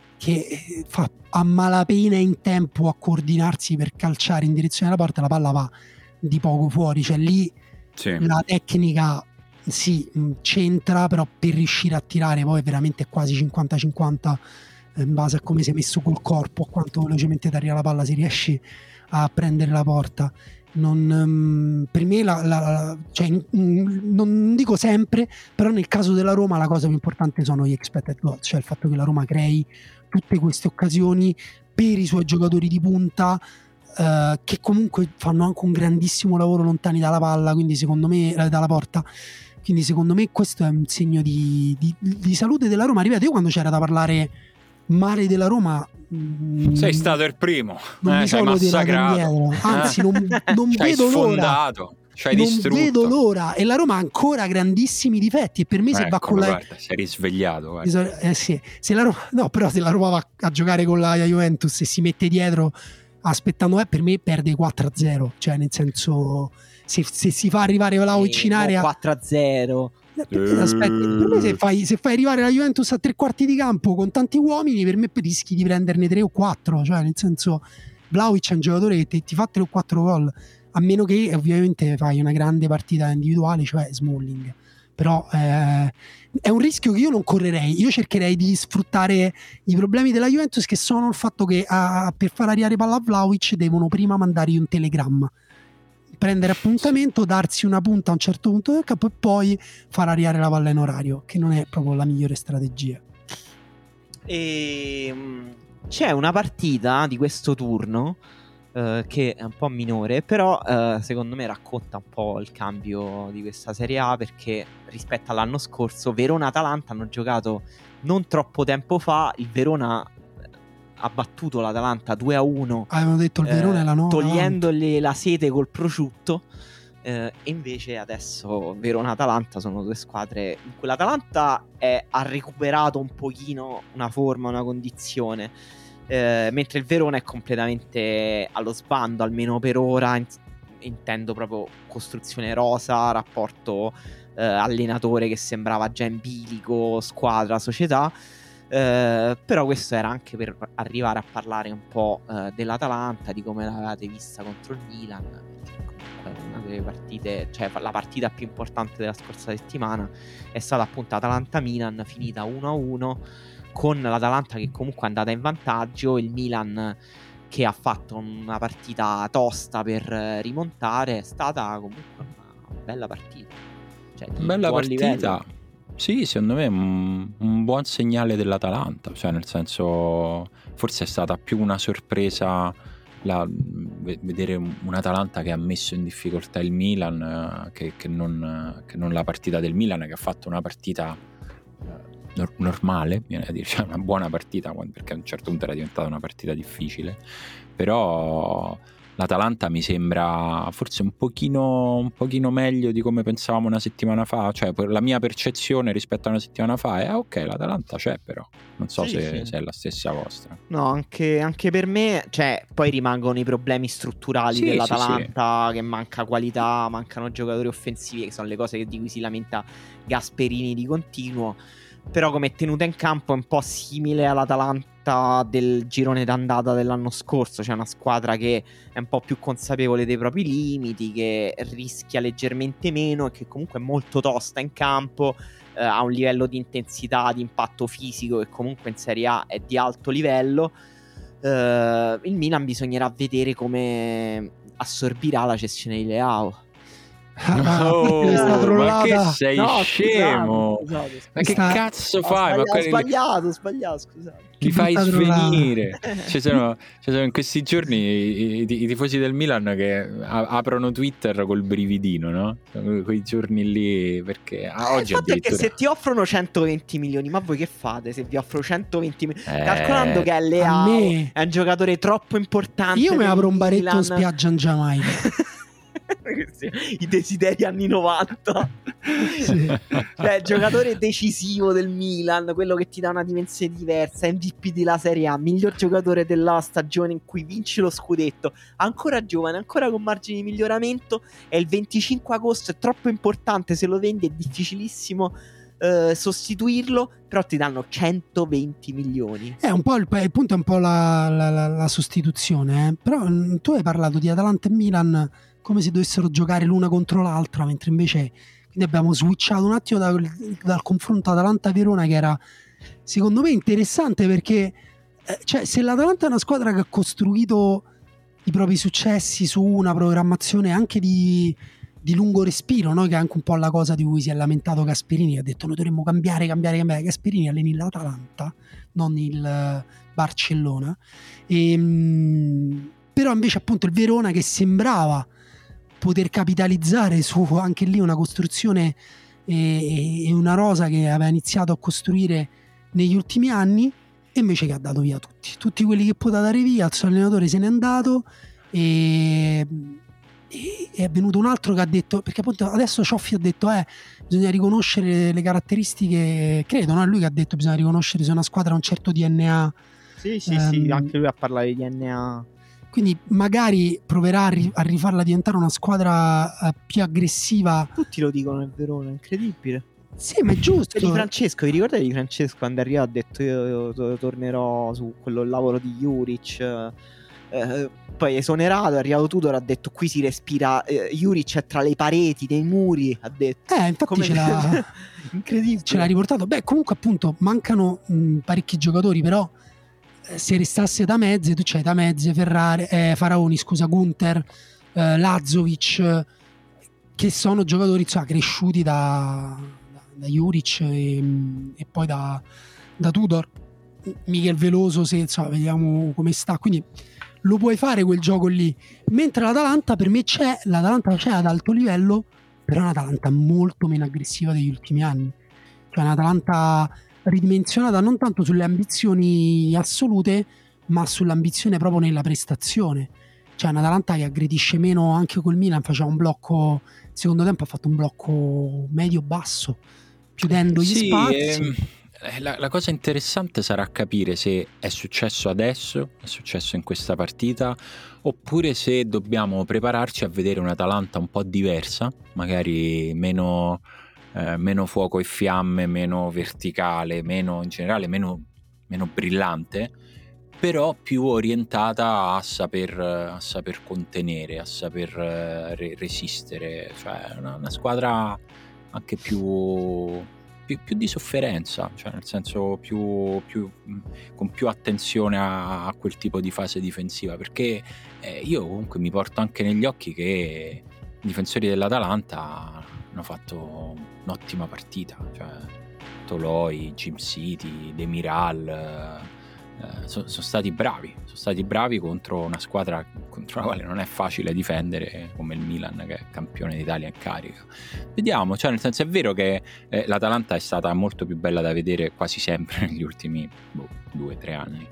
che fa a malapena in tempo a coordinarsi per calciare in direzione della porta, la palla va di poco fuori, cioè lì sì. La tecnica sì, c'entra, però per riuscire a tirare poi veramente quasi cinquanta cinquanta in base a come sei messo col corpo, a quanto velocemente ti arriva la palla, si riesci a prendere la porta. Non, um, per me la, la, la, cioè, um, non dico sempre, però nel caso della Roma la cosa più importante sono gli expected goals, cioè il fatto che la Roma crei tutte queste occasioni per i suoi giocatori di punta, uh, che comunque fanno anche un grandissimo lavoro lontani dalla palla, quindi secondo me eh, dalla porta, quindi secondo me questo è un segno di, di, di salute della Roma. Ripeto, io quando c'era da parlare male della Roma mh, sei stato il primo, non eh, mi ci hai sono tirato massacrato, indietro, anzi non, non ci hai vedo l'ora, sfondato, ci hai non distrutto. vedo l'ora, e la Roma ha ancora grandissimi difetti, e per me se va Eccolo, con la guarda, sei risvegliato, guarda. eh sì, se la Roma, no, però se la Roma va a giocare con la Juventus e si mette dietro aspettando, eh, per me perde quattro a zero, cioè nel senso, se, se si fa arrivare Vlahovic in area quattro a zero. Per me, aspetta, per me se, fai, se fai arrivare la Juventus a tre quarti di campo con tanti uomini, per me rischi di prenderne tre o quattro, cioè nel senso, Vlahovic è un giocatore che ti, ti fa tre o quattro gol, a meno che ovviamente fai una grande partita individuale, cioè Smalling, però eh, è un rischio che io non correrei. Io cercherei di sfruttare i problemi della Juventus, che sono il fatto che a, per far arrivare palla a Vlahovic devono prima mandargli un telegramma, prendere appuntamento, darsi una punta a un certo punto del campo e poi far arrivare la palla in orario, che non è proprio la migliore strategia. E c'è una partita di questo turno uh, che è un po' minore, però uh, secondo me racconta un po' il cambio di questa Serie A, perché rispetto all'anno scorso Verona-Atalanta hanno giocato non troppo tempo fa. Il Verona ha battuto l'Atalanta due a uno, avevano detto il Verona eh, è la nuova, togliendogli la sete col prosciutto, eh, e invece adesso Verona-Atalanta sono due squadre in cui l'Atalanta è, ha recuperato un pochino una forma, una condizione, eh, mentre il Verona è completamente allo sbando, almeno per ora. In, intendo proprio costruzione rosa, rapporto eh, allenatore che sembrava già in bilico, squadra, società. Uh, però questo era anche per arrivare a parlare un po' uh, dell'Atalanta, di come l'avevate vista contro il Milan, perché comunque una delle partite, cioè la partita più importante della scorsa settimana è stata appunto Atalanta-Milan, finita uno a uno, con l'Atalanta che comunque è andata in vantaggio, il Milan che ha fatto una partita tosta per rimontare. È stata comunque una bella partita, cioè di bella buon partita livello. Sì, secondo me è un, un buon segnale dell'Atalanta, cioè nel senso, forse è stata più una sorpresa la, vedere un'Atalanta che ha messo in difficoltà il Milan, che, che, non, che non la partita del Milan, che ha fatto una partita nor- normale, viene a dire, cioè una buona partita, perché a un certo punto era diventata una partita difficile, però l'Atalanta mi sembra forse un pochino, un pochino meglio di come pensavamo una settimana fa. Cioè la mia percezione rispetto a una settimana fa è ah, ok, l'Atalanta c'è, però non so sì, se, sì. se è la stessa vostra. No, anche, anche per me, cioè poi rimangono i problemi strutturali sì, dell'Atalanta, sì, sì. che manca qualità, mancano giocatori offensivi, che sono le cose di cui si lamenta Gasperini di continuo. Però come tenuta in campo è un po' simile all'Atalanta del girone d'andata dell'anno scorso. C'è una squadra che è un po' più consapevole dei propri limiti, che rischia leggermente meno e che comunque è molto tosta in campo, eh, ha un livello di intensità, di impatto fisico che comunque in Serie A è di alto livello. Eh, il Milan bisognerà vedere come assorbirà la cessione di Leao. Oh, ma che sei no, scemo? scusate, scusate, scusate. Ma che Sta... cazzo ho fai? Sbagliato, Ma ho quelli... sbagliato, ho sbagliato, scusate. Li fai svenire. Ci sono, ci sono in questi giorni i, i, i tifosi del Milan che a, aprono Twitter col brividino, no? Quei giorni lì, perché ah, eh, oggi il fatto addirittura... è che se ti offrono centoventi milioni, ma voi che fate se vi offro centoventi milioni? Eh, Calcolando che è Leao, me... è un giocatore troppo importante. Io mi apro un baretto Milan. in spiaggia in Giamaica. I desideri anni novanta. Sì. Cioè, giocatore decisivo del Milan, quello che ti dà una dimensione diversa, M V P della Serie A, miglior giocatore della stagione in cui vince lo scudetto, ancora giovane, ancora con margini di miglioramento. È il venticinque agosto, è troppo importante, se lo vendi è difficilissimo eh, sostituirlo, però ti danno centoventi milioni. È un po' il, il punto è un po' la, la, la, la sostituzione, eh. Però mh, tu hai parlato di Atalanta e Milan come se dovessero giocare l'una contro l'altra, mentre invece quindi abbiamo switchato un attimo da, dal confronto Atalanta-Verona, che era secondo me interessante, perché eh, cioè, se l'Atalanta è una squadra che ha costruito i propri successi su una programmazione anche di, di lungo respiro, no? Che è anche un po' la cosa di cui si è lamentato Gasperini, che ha detto noi dovremmo cambiare, cambiare, cambiare. Gasperini alleni l'Atalanta, non il Barcellona, e, mh, però invece appunto il Verona, che sembrava poter capitalizzare su anche lì una costruzione e, e una rosa che aveva iniziato a costruire negli ultimi anni, e invece che ha dato via tutti tutti quelli che poteva dare via. Il suo allenatore se n'è andato e, e è venuto un altro che ha detto, perché appunto adesso Cioffi ha detto eh bisogna riconoscere le caratteristiche, credo, no? È lui che ha detto bisogna riconoscere se una squadra ha un certo D N A. Sì sì ehm, sì, anche lui ha parlato di D N A. Quindi magari proverà a, ri- a rifarla diventare una squadra uh, più aggressiva. Tutti lo dicono nel Verona, incredibile. Sì, ma è giusto. Di Francesco, vi ricordate di Francesco quando è arrivato ha detto io, io, io tornerò su quello lavoro di Juric, eh, poi esonerato, è arrivato Tudor, ha detto qui si respira, eh, Juric è tra le pareti, dei muri, ha detto. Eh, infatti Come... ce l'ha incredibile. Ce l'ha riportato. Beh, comunque appunto mancano mh, parecchi giocatori, però eh, se restasse da mezze, tu c'hai da mezze Ferrari, eh, Faraoni, scusa, Gunter, eh, Lazovic, eh, che sono giocatori insomma, cresciuti da, da, da Juric e, e poi da, da Tudor. Michel Veloso, se insomma, vediamo come sta, quindi lo puoi fare quel gioco lì, mentre l'Atalanta per me c'è, l'Atalanta c'è ad alto livello, però è un'Atalanta molto meno aggressiva degli ultimi anni, cioè un'Atalanta ridimensionata non tanto sulle ambizioni assolute ma sull'ambizione proprio nella prestazione, cioè un'Atalanta che aggredisce meno. Anche col Milan faceva un blocco, secondo tempo ha fatto un blocco medio-basso chiudendo gli sì, spazi. ehm... La, la cosa interessante sarà capire se è successo adesso, è successo in questa partita, oppure se dobbiamo prepararci a vedere un'Atalanta un po' diversa, magari meno, eh, meno fuoco e fiamme, meno verticale, meno in generale meno, meno brillante, però più orientata a saper, a saper contenere, a saper re- resistere, cioè una, una squadra anche più... Più, più di sofferenza, cioè nel senso più, più con più attenzione a, a quel tipo di fase difensiva, perché eh, io comunque mi porto anche negli occhi che i difensori dell'Atalanta hanno fatto un'ottima partita, cioè Toloi, Jim City, Demiral eh, sono so stati bravi, sono stati bravi contro una squadra contro la quale non è facile difendere come il Milan, che è campione d'Italia in carica. Vediamo, cioè nel senso è vero che eh, l'Atalanta è stata molto più bella da vedere quasi sempre negli ultimi boh, due o tre anni,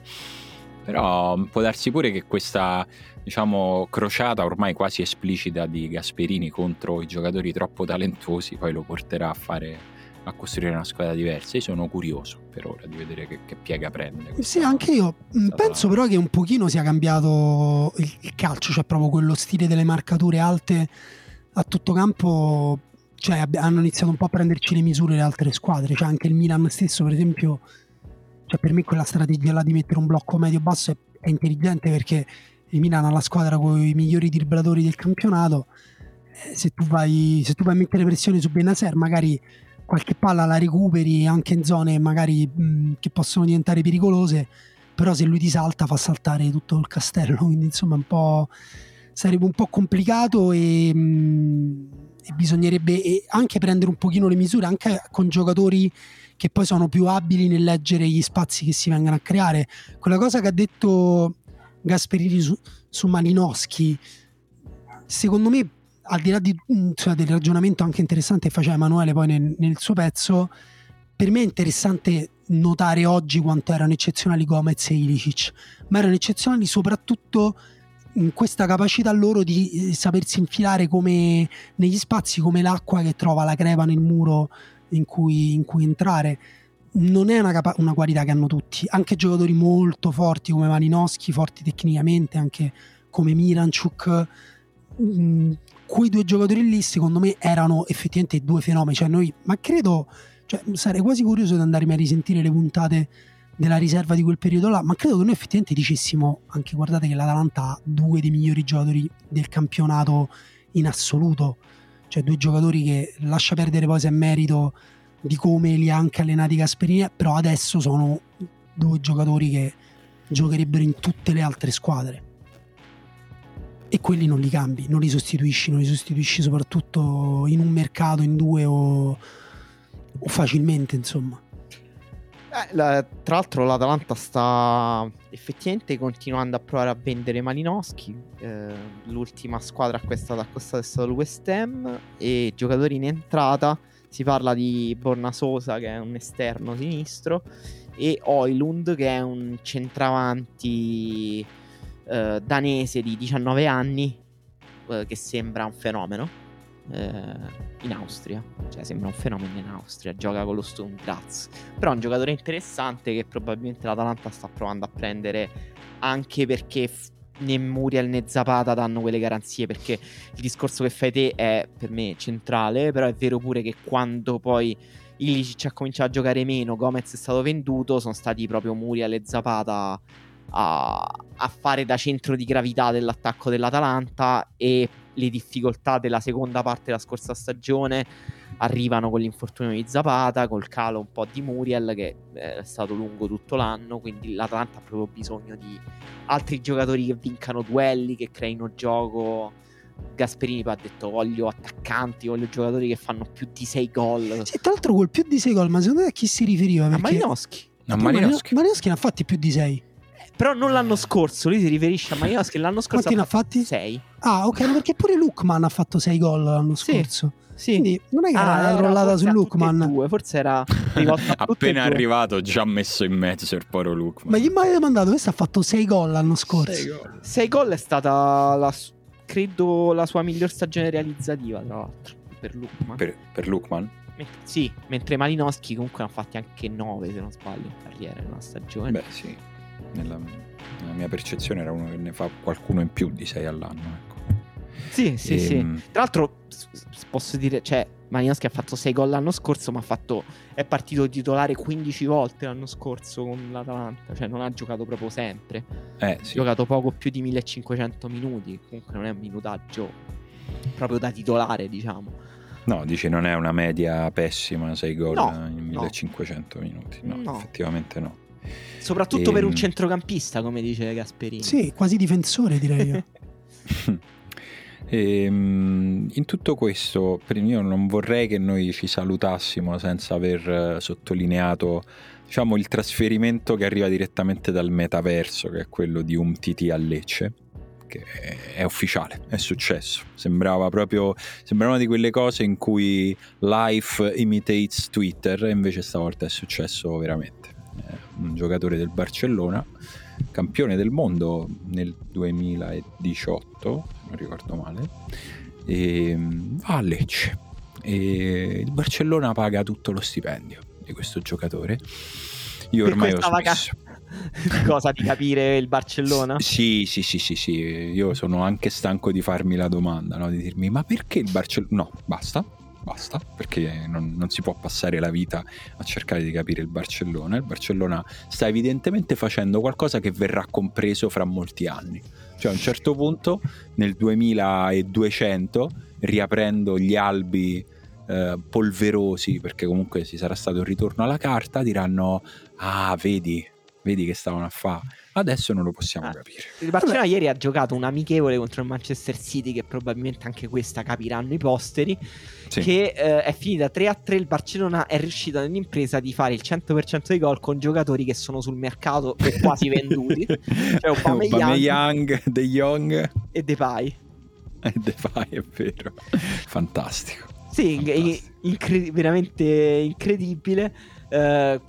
però può darsi pure che questa, diciamo, crociata ormai quasi esplicita di Gasperini contro i giocatori troppo talentuosi poi lo porterà a fare a costruire una squadra diversa. Io sono curioso per ora di vedere che, che piega prende questa, sì, anche io penso però che un pochino sia cambiato il, il calcio, cioè proprio quello stile delle marcature alte a tutto campo, cioè hanno iniziato un po' a prenderci le misure le altre squadre, cioè anche il Milan stesso per esempio, cioè per me quella strategia là di mettere un blocco medio basso è, è intelligente, perché il Milan ha la squadra con i migliori dribblatori del campionato, eh, se tu vai se tu vai a mettere pressione su Bennacer magari qualche palla la recuperi anche in zone magari mh, che possono diventare pericolose, però se lui ti salta fa saltare tutto il castello, quindi insomma un po' sarebbe un po' complicato e, mh, e bisognerebbe anche prendere un pochino le misure anche con giocatori che poi sono più abili nel leggere gli spazi che si vengono a creare. Quella cosa che ha detto Gasperini su, su Malinowski, secondo me, al di là di, cioè, del ragionamento anche interessante che faceva Emanuele poi nel, nel suo pezzo, per me è interessante notare oggi quanto erano eccezionali Gomez e Ilicic, ma erano eccezionali soprattutto in questa capacità loro di sapersi infilare come negli spazi, come l'acqua che trova la crepa nel muro in cui, in cui entrare. Non è una, capa- una qualità che hanno tutti, anche giocatori molto forti come Malinowski, forti tecnicamente, anche come Miranchuk. mh, quei due giocatori lì secondo me erano effettivamente due fenomeni, cioè noi, ma credo, cioè, sarei quasi curioso di andarmi a risentire le puntate della riserva di quel periodo là, ma credo che noi effettivamente dicessimo anche guardate che l'Atalanta ha due dei migliori giocatori del campionato in assoluto, cioè due giocatori che lascia perdere poi se è merito di come li ha anche allenati Gasperini, però adesso sono due giocatori che giocherebbero in tutte le altre squadre. E quelli non li cambi, non li sostituisci, non li sostituisci soprattutto in un mercato, in due o, o facilmente, insomma. Eh, la, tra l'altro l'Atalanta sta effettivamente continuando a provare a vendere Malinowski, eh, l'ultima squadra a cui è stato accostato è stato il West Ham, e giocatori in entrata si parla di Borna Sosa che è un esterno sinistro, e Højlund, che è un centravanti eh, danese di diciannove anni, eh, che sembra un fenomeno eh, in Austria, cioè sembra un fenomeno in Austria, gioca con lo Sturm Graz, però è un giocatore interessante che probabilmente l'Atalanta sta provando a prendere, anche perché f- né Muriel né Zapata danno quelle garanzie, perché il discorso che fai te è per me centrale, però è vero pure che quando poi Ilicic ha cominciato a giocare meno, Gomez è stato venduto, sono stati proprio Muriel e Zapata a, a fare da centro di gravità dell'attacco dell'Atalanta, e le difficoltà della seconda parte della scorsa stagione arrivano con l'infortunio di Zapata, col calo un po' di Muriel, che è stato lungo tutto l'anno, quindi l'Atalanta ha proprio bisogno di altri giocatori che vincano duelli, che creino gioco. Gasperini poi ha detto voglio attaccanti, voglio giocatori che fanno più di sei gol. Sì, tra l'altro quel più di sei gol, ma secondo te a chi si riferiva? A Perché Malinowski. No, Malinowski. Malinowski ne ha fatti più di sei. Però non l'anno scorso, lui si riferisce a Malinowski, l'anno scorso Quanti ne ha fatti? sei. Ah, ok, ma perché pure Lookman ha fatto sei gol l'anno Sì. scorso. Sì. Quindi non è che Ah, era era rollata forse su a tutte e Lookman. due, forse era rivolta a tutte e Appena due. arrivato già messo in mezzo il poro Lookman. Ma gli mai domandato, questo ha fatto sei gol l'anno scorso. Sei gol. sei gol è stata la, credo la sua miglior stagione realizzativa, tra l'altro, per Lookman. Per, per Lookman? Mentre- sì, mentre Malinowski comunque ne ha fatti anche nove, se non sbaglio, in carriera, in una stagione. Beh sì, nella, nella mia percezione era uno che ne fa qualcuno in più di sei all'anno, ecco. Sì, sì, Ehm, sì. Tra l'altro s- s- posso dire, cioè Malinowski ha fatto sei gol l'anno scorso, ma ha fatto è partito titolare quindici volte l'anno scorso con l'Atalanta, cioè non ha giocato proprio sempre. Eh Ha sì. giocato poco più di millecinquecento minuti, comunque non è un minutaggio proprio da titolare, diciamo. No, dici non è una media pessima, sei gol No, in no. millecinquecento minuti. No, No. effettivamente no. Soprattutto per un Ehm. centrocampista, come dice Gasperini. Sì, quasi difensore direi io. Ehm, in tutto questo, per- io non vorrei che noi ci salutassimo senza aver eh, sottolineato, diciamo, il trasferimento che arriva direttamente dal metaverso, che è quello di Umtiti a Lecce, che è, è ufficiale, è successo. Sembrava proprio, sembrava una di quelle cose in cui life imitates Twitter, e invece stavolta è successo veramente. È un giocatore del Barcellona, campione del mondo nel duemiladiciotto, se non ricordo male, e va a Lecce, e il Barcellona paga tutto lo stipendio di questo giocatore. Io Per ormai ho questa vaca- smesso. Cosa di capire il Barcellona? Sì, sì, sì, sì, sì. Io sono anche stanco di farmi la domanda, no? Di dirmi, ma perché il Barcellona? No, basta, basta, perché non, non si può passare la vita a cercare di capire il Barcellona. Il Barcellona sta evidentemente facendo qualcosa che verrà compreso fra molti anni. Cioè a un certo punto, nel duemiladuecento, riaprendo gli albi eh, polverosi, perché comunque ci sarà stato il ritorno alla carta, diranno, ah, vedi... Vedi che stavano a fare. Adesso non lo possiamo Ah, capire. Il Barcellona ieri ha giocato un amichevole contro il Manchester City, che probabilmente anche questa capiranno i posteri, Sì. che eh, è finita tre a tre. Il Barcellona è riuscito nell'impresa di fare il cento per cento dei gol con giocatori che sono sul mercato e quasi venduti, cioè Aubameyang, Aubameyang, De Jong e Depay. e Depay, è vero. Fantastico. Sì, in- Fantastico. incre- veramente incredibile. Eh,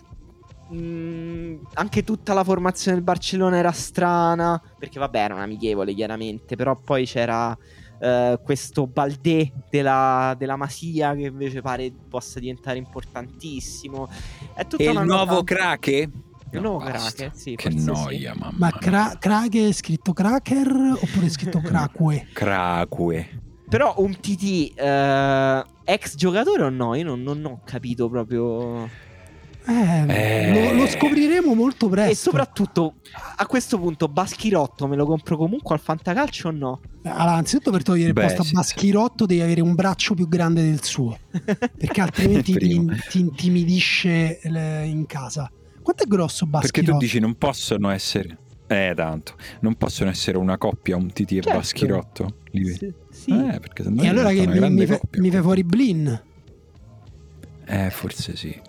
mh, anche tutta la formazione del Barcellona era strana, perché vabbè era un amichevole chiaramente, però poi c'era eh, questo Baldé della, della Masia, che invece pare possa diventare importantissimo. È tutta E una il nuovo cosa- Krake? Il No, nuovo basta. Krake, sì, Che forse noia, sì. mamma Ma mia. cra- Krake è scritto Cracker oppure è scritto Cracue? Cracue. Però un T T eh, ex giocatore o no? Io non, non ho capito proprio. Eh, Eh. Lo, lo scopriremo molto presto. E soprattutto a questo punto Baschirotto me lo compro comunque al Fantacalcio o no? Allora, anzitutto per togliere il Beh, posto sì, a Baschirotto devi avere un braccio più grande del suo, perché altrimenti ti, Prima. ti intimidisce le- in casa. Quanto è grosso Perché Baschirotto? tu dici non possono essere... Eh, tanto. Non possono essere una coppia, un Titi e Certo. Baschirotto? Li vedi? Sì, sì. Eh, perché sennò E allora che diventa una mi, grande mi fa, coppia. mi fai fuori Blin? Eh, forse sì.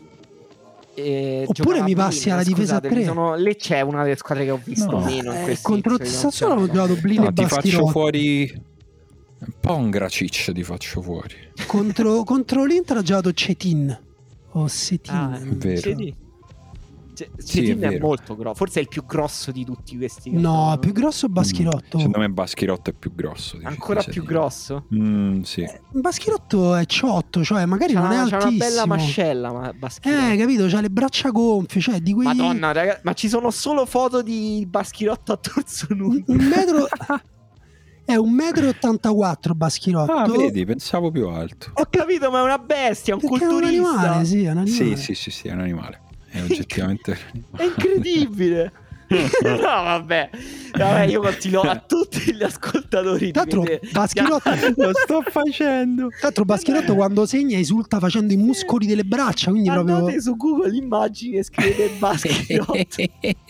E Oppure giocava mi Blin, passi alla difesa a scusate, mi tre. sono... Lecce è una delle squadre che ho visto No. meno in Eh, questi contro inizio di Sassuolo hanno campionato. giocato Blin No, e ti faccio Baschirotto. fuori... Un po' un Gracic ti faccio fuori. Contro, contro l'Inter ha giocato Cetin o Cetin. Ah, È vero. sì, sì. Cioè, Sì, Cetin è è, vero. molto grosso, forse è il più grosso di tutti questi. che No, sono- più grosso Baschirotto. Secondo me Baschirotto è più grosso. di- Ancora di più Cetin. grosso? Mm, sì. Eh, Baschirotto è ciotto, cioè magari C'ha, non è c'ha altissimo. una bella mascella, ma Baschirotto. Eh, capito? C'ha le braccia gonfie, cioè di quei... Madonna, raga, ma ci sono solo foto di Baschirotto a torso Un, nudo. un metro... è un metro e ottantaquattro Baschirotto. Ah, vedi, pensavo più alto. Ho capito, ma è una bestia, un Perché è un culturista. animale, sì, è un animale. Sì, sì, sì, sì, è un animale. È oggettivamente È incredibile. No, vabbè. Vabbè, io continuo a tutti gli ascoltatori. Tra l'altro, dovete- Baschirotto, Lo sto facendo. tra l'altro Baschirotto quando segna esulta facendo i muscoli delle braccia, quindi Andate proprio... su Google Immagini e scrivete Baschirotto.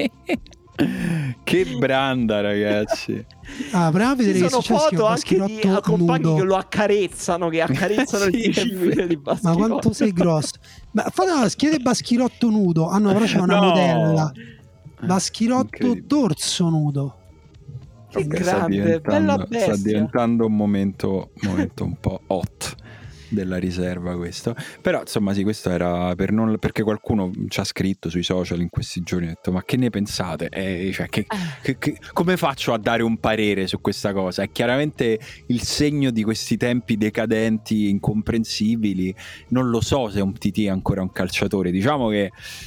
Che branda, ragazzi. Ah, proviamo a vedere Ci che sono successo foto anche di Baschirotto compagni nudo. che lo accarezzano, che accarezzano Sì, il è figure di Ma Baschirotto. quanto sei grosso? Ma fate una schiede Baschirotto nudo. Ah no, però c'è una No. modella. Baschirotto Incredibile. torso nudo. Che Ok, sta grande, diventando- bella sta bestia. diventando un momento, momento un po' hot della riserva questo. Però insomma sì, questo era per non, perché qualcuno ci ha scritto sui social in questi giorni, ha detto ma che ne pensate? Eh, cioè, che, che- che- come faccio a dare un parere su questa cosa? È chiaramente il segno di questi tempi decadenti, incomprensibili. Non lo so se un T T è ancora un calciatore, diciamo che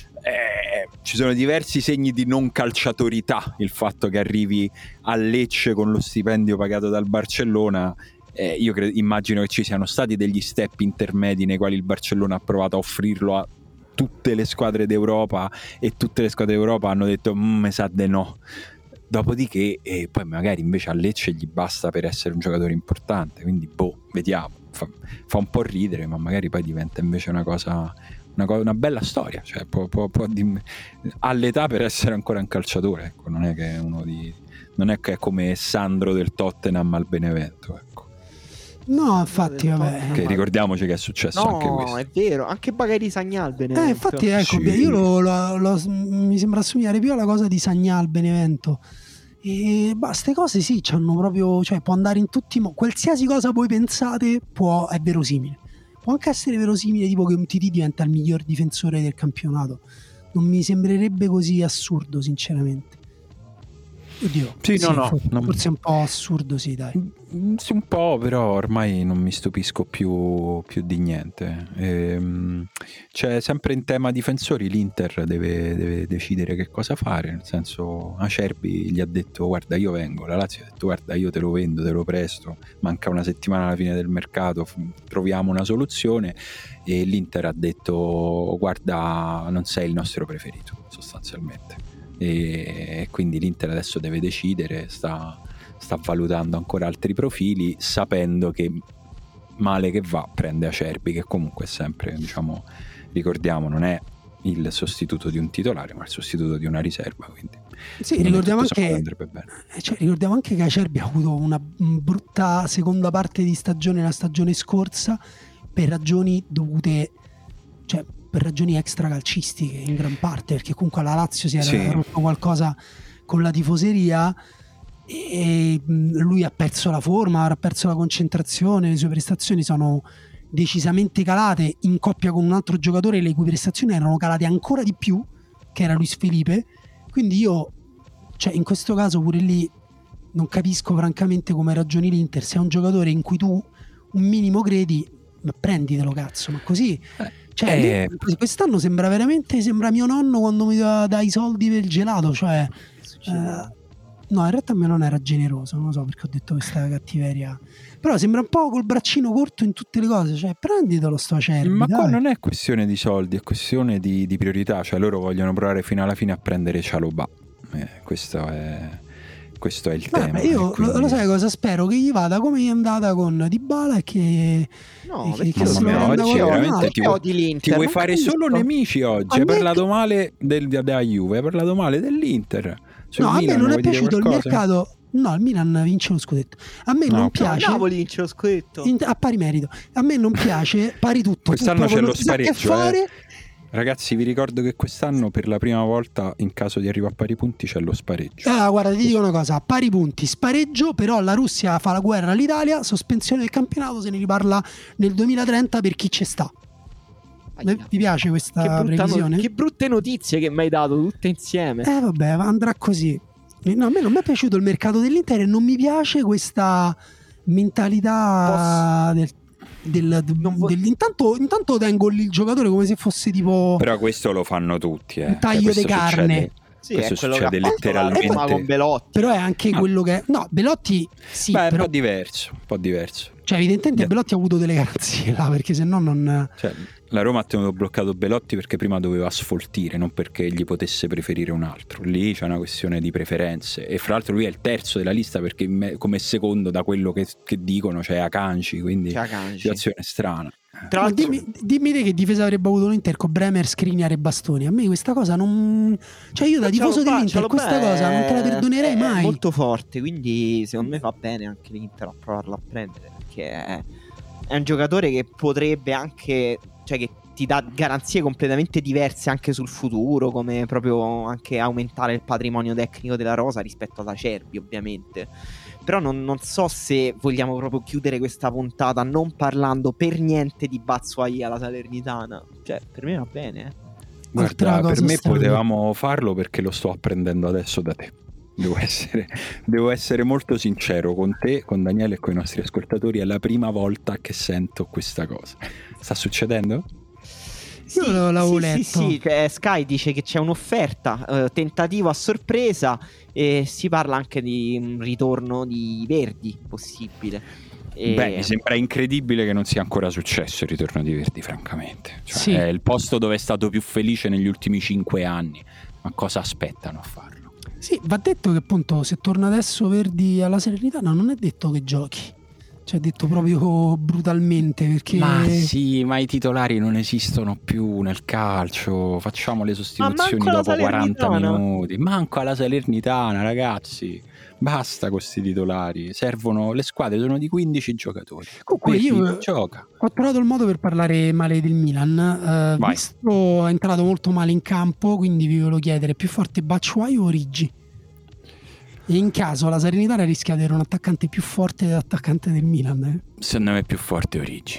eh, ci sono diversi segni di non calciatorità. Il fatto che arrivi a Lecce con lo stipendio pagato dal Barcellona, eh, io cre- immagino che ci siano stati degli step intermedi nei quali il Barcellona ha provato a offrirlo a tutte le squadre d'Europa e tutte le squadre d'Europa hanno detto mi sa de no. Dopodiché eh, poi magari invece a Lecce gli basta per essere un giocatore importante, quindi boh, vediamo. Fa, fa un po' ridere, ma magari poi diventa invece una cosa, una, co- una bella storia, cioè può, può, può dim- ha l'età per essere ancora un calciatore, ecco. Non è che è uno di, non è che è come Sandro del Tottenham al Benevento, ecco. No, infatti, vabbè. Che ricordiamoci che è successo anche No, questo. è vero, anche Baghetti Sagnal Eh, Benevento. infatti, ecco, Sì. io lo, lo- lo- mi sembra assomigliare più alla cosa di Sagnal Benevento. E bah, ste cose sì, c'hanno proprio, cioè può andare in tutti i modi, qualsiasi cosa voi pensate può, è verosimile. Può anche essere verosimile, tipo che un T T diventa il miglior difensore del campionato. Non mi sembrerebbe così assurdo, sinceramente. Oddio, Sì, no, no, forse, non- forse è un po' assurdo, sì, dai. Mm, sì, un po', però ormai non mi stupisco più, più di niente. Ehm, c'è sempre in tema difensori, l'Inter deve, deve decidere che cosa fare, nel senso Acerbi gli ha detto guarda io vengo, la Lazio ha detto guarda io te lo vendo, te lo presto, manca una settimana alla fine del mercato, f- troviamo una soluzione, e l'Inter ha detto guarda non sei il nostro preferito sostanzialmente, e quindi l'Inter adesso deve decidere, sta sta valutando ancora altri profili, sapendo che male che va prende Acerbi, che comunque è sempre, diciamo, ricordiamo, non è il sostituto di un titolare ma il sostituto di una riserva, quindi Sì, ricordiamo tutto sommato anche, andrebbe bene. eh, cioè, ricordiamo anche che Acerbi ha avuto una mm, brutta seconda parte di stagione la stagione scorsa per ragioni dovute, cioè per ragioni extracalcistiche in gran parte, perché comunque alla Lazio si era Sì. rotto qualcosa con la tifoseria e mh, lui ha perso la forma, ha perso la concentrazione, le sue prestazioni sono decisamente calate in coppia con un altro giocatore le cui prestazioni erano calate ancora di più, che era Luis Felipe. Quindi io, cioè in questo caso pure lì non capisco francamente come ragioni l'Inter. Se è un giocatore in cui tu un minimo credi, ma prenditelo cazzo, ma così cioè Eh. lì, quest'anno sembra veramente, sembra mio nonno quando mi dà dai soldi per il gelato, cioè eh, no, in realtà mio nonno era generoso, non lo so perché ho detto questa cattiveria, però sembra un po' col braccino corto in tutte le cose, cioè prenditelo sto Acerbi, Ma qua dai. non è questione di soldi, è questione di, di priorità, cioè loro vogliono provare fino alla fine a prendere Cialobà, eh, questo è questo è il Vabbè, tema. io e quindi- lo, lo sai cosa spero? Che gli vada come gli è andata con Dybala e che, No, e perché che lo se lo Mamma mia, prenda oggi con veramente Ronaldo. ti Perché vuoi- odi l'Inter? Ti vuoi Non fare capisco. solo nemici oggi? A Hai me- parlato male del, della Juve, hai parlato male dell'Inter. Sul No, a me Milan non è vuoi dire piaciuto il qualcosa? mercato. No, il Milan vince lo scudetto. A me Ah, non ok. piace. Napoli vince lo scudetto. in- a pari merito. A me non piace pari tutto. Tu Quest'anno proprio c'è non lo si sa che spareggio, eh. fare. Ragazzi, vi ricordo che quest'anno per la prima volta in caso di arrivo a pari punti c'è lo spareggio. Allora, guarda, ti dico una cosa: a pari punti, spareggio, però la Russia fa la guerra all'Italia, sospensione del campionato, se ne riparla nel duemilatrenta per chi ci sta. Beh, ti piace questa che brutta previsione? No- che brutte notizie che mi hai dato tutte insieme. Eh vabbè, andrà così. No, a me non mi è piaciuto il mercato dell'Inter e non mi piace questa mentalità del, del, vo- del intanto, intanto tengo il giocatore come se fosse tipo Però questo lo fanno tutti, eh. un taglio cioè, di carne. Succede, Sì, questo è quello succede che ha fatto la letteralmente. Roma con Belotti. Però è anche Ah. quello che no, Belotti sì, Beh, è però un po' diverso, un po' diverso. cioè evidentemente Beh. Belotti ha avuto delle garanzie là, perché se no non Cioè, la Roma ha tenuto bloccato Belotti perché prima doveva sfoltire, non perché gli potesse preferire un altro. Lì c'è una questione di preferenze. E fra l'altro lui è il terzo della lista perché in me- come secondo da quello che, che dicono c'è Akanji, quindi C'è Akanji. situazione strana. Tra Ma l'altro, dimmi, dimmi te che difesa avrebbe avuto l'Inter con Bremer, Skriniar e Bastoni. A me questa cosa non cioè io da tifoso dell'Inter questa cosa non te la perdonerei è mai. molto forte, quindi secondo me va bene anche l'Inter a provarlo a prendere, perché è, è un giocatore che potrebbe anche, cioè che ti dà garanzie completamente diverse anche sul futuro, come proprio anche aumentare il patrimonio tecnico della rosa rispetto ad Acerbi, ovviamente. Però non, non so se vogliamo proprio chiudere questa puntata non parlando per niente di Batshuayi alla Salernitana. Cioè, per me va bene, eh. Guarda, per me strana. potevamo farlo perché lo sto apprendendo adesso da te. Devo essere, devo essere molto sincero con te, con Daniele e con i nostri ascoltatori. È la prima volta che sento questa cosa. Sta succedendo? Io sì, l'avevo sì, letto. Sì, sì, cioè Sky dice che c'è un'offerta, eh, tentativo a sorpresa, e si parla anche di un ritorno di Verdi possibile. E... Beh, mi sembra incredibile che non sia ancora successo il ritorno di Verdi, francamente. Cioè, sì. È il posto dove è stato più felice negli ultimi cinque anni. Ma cosa aspettano a farlo? Sì, va detto che appunto se torna adesso Verdi alla Salernitana non è detto che giochi. Cioè, detto proprio brutalmente, perché... Ma sì, ma i titolari non esistono più nel calcio. Facciamo le sostituzioni dopo quaranta minuti. Manco alla Salernitana, ragazzi. Basta con questi titolari. Servono, le squadre sono di quindici giocatori. Comunque io gioca. Ho trovato il modo per parlare male del Milan. uh, Visto è entrato molto male in campo, quindi vi volevo chiedere: più forte Batshuayi o Origi? E in caso la Salernitana rischia di avere un attaccante più forte dell'attaccante del Milan, eh? Secondo me è più forte Origi.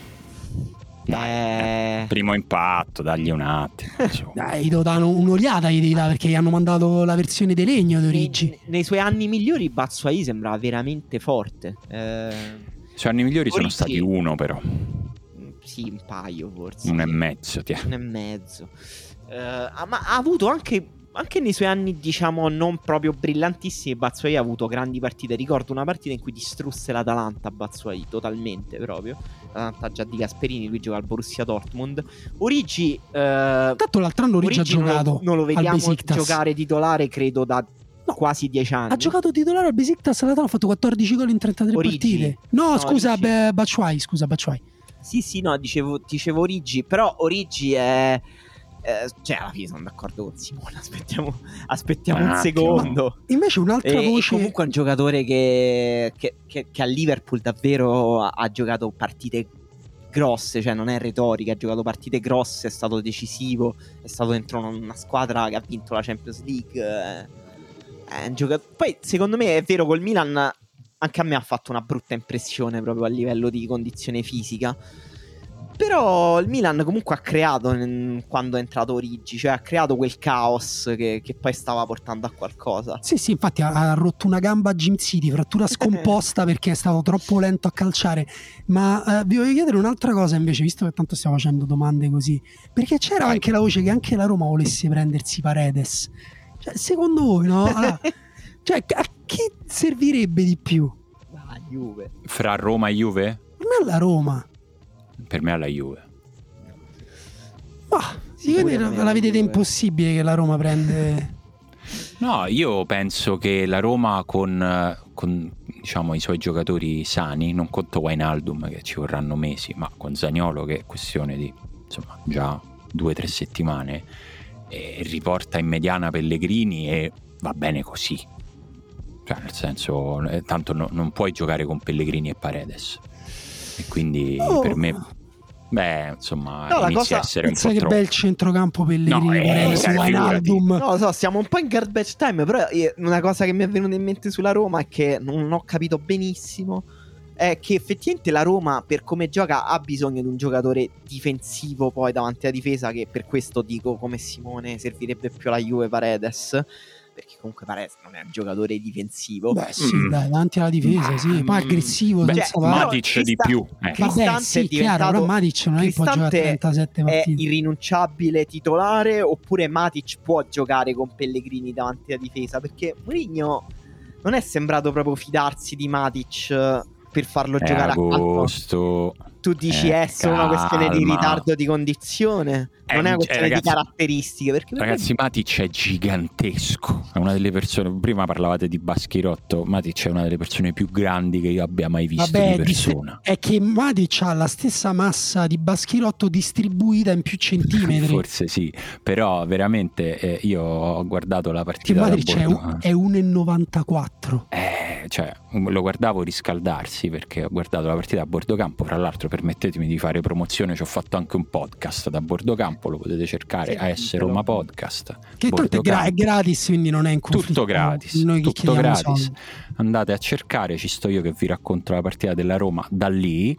Dai, eh... primo impatto, dagli un attimo. Dai, gli danno un'oliata, gli devi dare, perché gli hanno mandato la versione di legno di Origi. Nei, nei suoi anni migliori Batshuayi sembrava veramente forte. Eh... I suoi anni migliori Origi... sono stati uno, però. Sì, un paio forse. Un e mezzo, ti Un e mezzo. Uh, ma ha avuto anche... Anche nei suoi anni, diciamo, non proprio brillantissimi, Batshuayi ha avuto grandi partite. Ricordo una partita in cui distrusse l'Atalanta, Batshuayi, totalmente proprio. L'Atalanta già di Gasperini, lui gioca al Borussia Dortmund. Origi... Eh, Tanto l'altro anno Origi, Origi ha giocato non lo, non lo vediamo giocare titolare, credo, da no, quasi dieci anni. Ha giocato titolare al Besiktas, l'Atalanta ha fatto quattordici gol in trentatré Origi. partite. No, no scusa, beh, Batshuayi, scusa, Batshuayi. Sì, sì, no, dicevo, dicevo Origi, però Origi è... Eh, cioè alla fine sono d'accordo con Simone. Aspettiamo, aspettiamo un, un secondo. Invece un'altra e, voce. E comunque è un giocatore che, che, che, che a Liverpool davvero ha, ha giocato partite grosse, cioè non è retorica, ha giocato partite grosse, è stato decisivo, è stato dentro una squadra che ha vinto la Champions League. È un giocatore. Poi secondo me è vero, col Milan anche a me ha fatto una brutta impressione proprio a livello di condizione fisica. Però il Milan comunque ha creato quando è entrato Origi, cioè ha creato quel caos che, che poi stava portando a qualcosa. Sì, sì, infatti ha, ha rotto una gamba a Jim City, frattura scomposta perché è stato troppo lento a calciare. Ma eh, vi voglio chiedere un'altra cosa invece, visto che tanto stiamo facendo domande così, perché c'era anche la voce che anche la Roma volesse prendersi Paredes. Cioè, secondo voi, no? Allora, cioè, a chi servirebbe di più? Ah, Juve. Fra Roma e Juve? Per me alla Roma. Per me alla Juve. Ma sì, quindi la vedete impossibile che la Roma prende? No, io penso che la Roma con, con diciamo i suoi giocatori sani, non conto Wijnaldum che ci vorranno mesi, ma con Zaniolo che è questione di insomma già due o tre settimane, e riporta in mediana Pellegrini e va bene così. Cioè nel senso, tanto no, non puoi giocare con Pellegrini e Paredes. E quindi oh. per me, beh, insomma, no, inizia cosa... a essere un Sai po' che troppo. bel centrocampo Pellegrini, no, eh, Wijnaldum. No, lo so, siamo un po' in garbage time, però una cosa che mi è venuta in mente sulla Roma è che non ho capito benissimo è che effettivamente la Roma, per come gioca, ha bisogno di un giocatore difensivo poi davanti alla difesa, che per questo dico, come Simone, servirebbe più alla Juve Paredes, perché comunque Paredes non è un giocatore difensivo. Beh sì, Mm. dai, davanti alla difesa, sì, poi aggressivo, Beh, senza cioè, palla. Matic Crista- di più. Eh. Vabbè, Cristante sì, è chiaro, diventato- però Matic non è che può giocare Cristante trentasette è partite. irrinunciabile titolare, oppure Matic può giocare con Pellegrini davanti alla difesa, perché Mourinho non è sembrato proprio fidarsi di Matic eh, per farlo È giocare a calcio. agosto. Tu dici Eh, è solo una questione di calma. ritardo di condizione, Eh, non è una eh, questione ragazzi- di caratteristiche, perché per me- Ragazzi, Matic è gigantesco. È una delle persone. Prima parlavate di Baschirotto. Matic è una delle persone più grandi che io abbia mai visto Vabbè, di disse- persona. è che Matic ha la stessa massa di Baschirotto distribuita in più centimetri. Forse sì, però veramente eh, io ho guardato la Che partita da Matic è, Bordeaux. un- è uno e novantaquattro. Eh, cioè, lo guardavo riscaldarsi perché ho guardato la partita a Bordocampo. Fra l'altro, permettetemi di fare promozione, ci ho fatto anche un podcast da Bordocampo, lo potete cercare Sì, a S Roma Podcast. Che tanto è, gra- è Bordocampo. gratis, quindi non è in conflitto. Tutto gratis, Noi che tutto chiediamo gratis. soldi. Andate a cercare, ci sto io che vi racconto la partita della Roma da lì,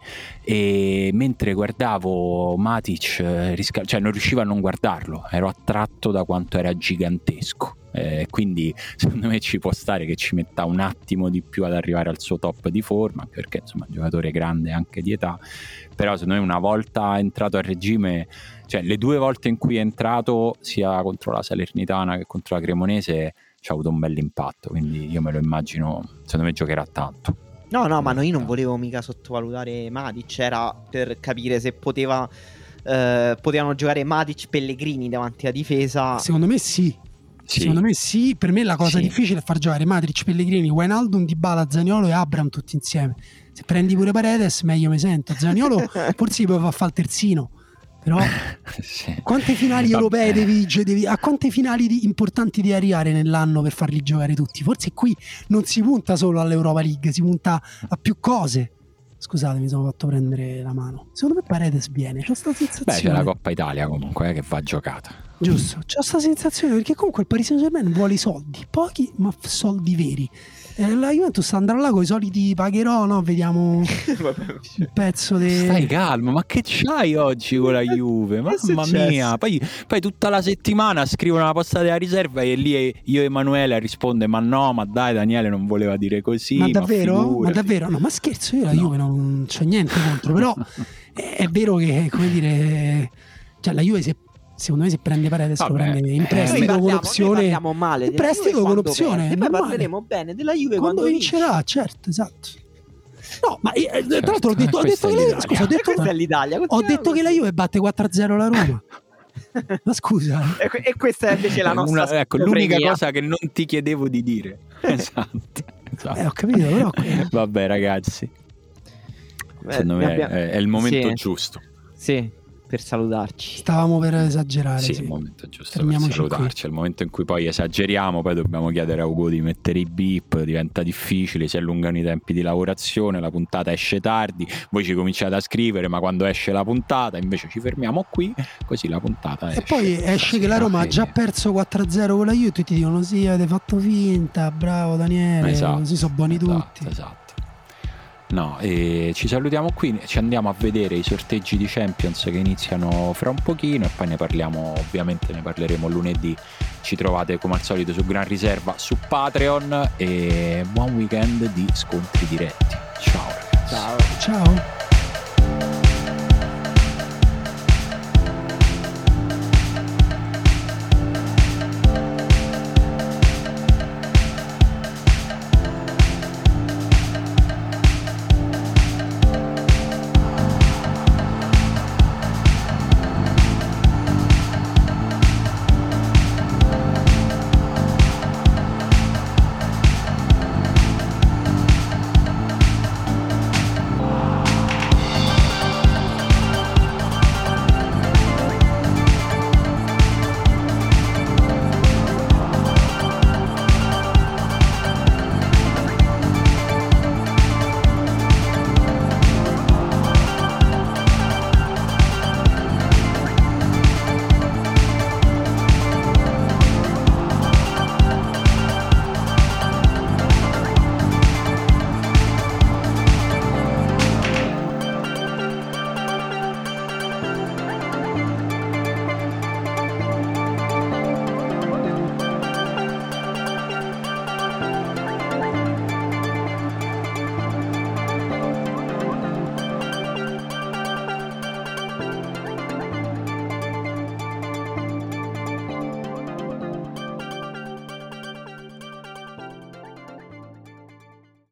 e mentre guardavo Matic, eh, risca- cioè non riuscivo a non guardarlo, ero attratto da quanto era gigantesco. Eh, quindi secondo me ci può stare che ci metta un attimo di più ad arrivare al suo top di forma, anche perché insomma è un giocatore grande anche di età, però secondo me una volta entrato a regime, cioè le due volte in cui è entrato sia contro la Salernitana che contro la Cremonese, ci ha avuto un bel impatto, quindi io me lo immagino, secondo me giocherà tanto. No, no, ma no, io non volevo mica sottovalutare Matic, era per capire se poteva eh, potevano giocare Matic, Pellegrini davanti alla difesa. Secondo me sì. Sì. Secondo me sì. Per me la cosa Sì. difficile è far giocare Matic, Pellegrini, Wijnaldum, Dybala, Zaniolo e Abraham tutti insieme. Se prendi pure Paredes meglio mi sento. Zaniolo forse gli puoi far fare il terzino, però Sì. quante finali Vabbè. europee devi, devi a quante finali di- importanti devi arrivare nell'anno per farli giocare tutti? Forse qui non si punta solo all'Europa League, si punta a più cose. Scusate, mi sono fatto prendere la mano. Secondo me Paredes viene, c'ho sta sensazione. Beh, c'è la Coppa Italia comunque eh, che va giocata. Giusto, c'ho sta sensazione perché comunque il Paris Saint-Germain vuole i soldi, pochi ma f- soldi veri. Eh, la Juventus andrà là con i soliti pagherò, no? Vediamo un pezzo di... Stai calmo, ma che c'hai oggi con la Juve? Che è Mamma successo? mia, poi, poi tutta la settimana scrivono la posta della riserva e lì io e Emanuele risponde ma no, ma dai Daniele non voleva dire così. Ma davvero? Ma, figurati. davvero? No, ma scherzo, io la No. Juve non c'ho niente contro, però è, è vero che, come dire, cioè la Juve se, secondo me se prende Paredes lo Vabbè, prende in eh, prestito Noi con parliamo- opzione. noi parliamo male in della prestito Juve con quando opzione, perde. è Poi normale. parleremo bene della Juve Quando, quando, vincerà, certo, esatto. No, ma eh, Certo, tra l'altro ho detto, ho questa detto è che la, l'Italia. scusa, ho E detto, questa è l'Italia. ho continuiamo detto che la così. Juve batte quattro a zero la Roma. Ma scusa, E, que- e questa è invece la È nostra una- ecco, l'unica schizofrenia. cosa che non ti chiedevo di dire. Esatto. esatto. eh, ho capito, però Vabbè ragazzi, Eh, secondo me ne abbiamo- è, è il momento Sì. giusto. Sì, per salutarci. stavamo per esagerare. Sì, sì. è il momento giusto per Fermiamoci salutarci. È il momento in cui poi esageriamo, poi dobbiamo chiedere a Ugo di mettere i beep, diventa difficile, si allungano i tempi di lavorazione, la puntata esce tardi, voi ci cominciate a scrivere, ma quando esce la puntata invece ci fermiamo qui, così la puntata esce. E poi esce che la Roma ha già perso quattro a zero con la Juve e tutti dicono sì, avete fatto finta, bravo Daniele, Esatto, così sono buoni esatto, tutti. Esatto. No, e ci salutiamo qui, ci andiamo a vedere i sorteggi di Champions che iniziano fra un pochino e poi ne parliamo, ovviamente ne parleremo lunedì. Ci trovate come al solito su Gran Riserva su Patreon e buon weekend di scontri diretti. Ciao ragazzi. Ciao. Ciao.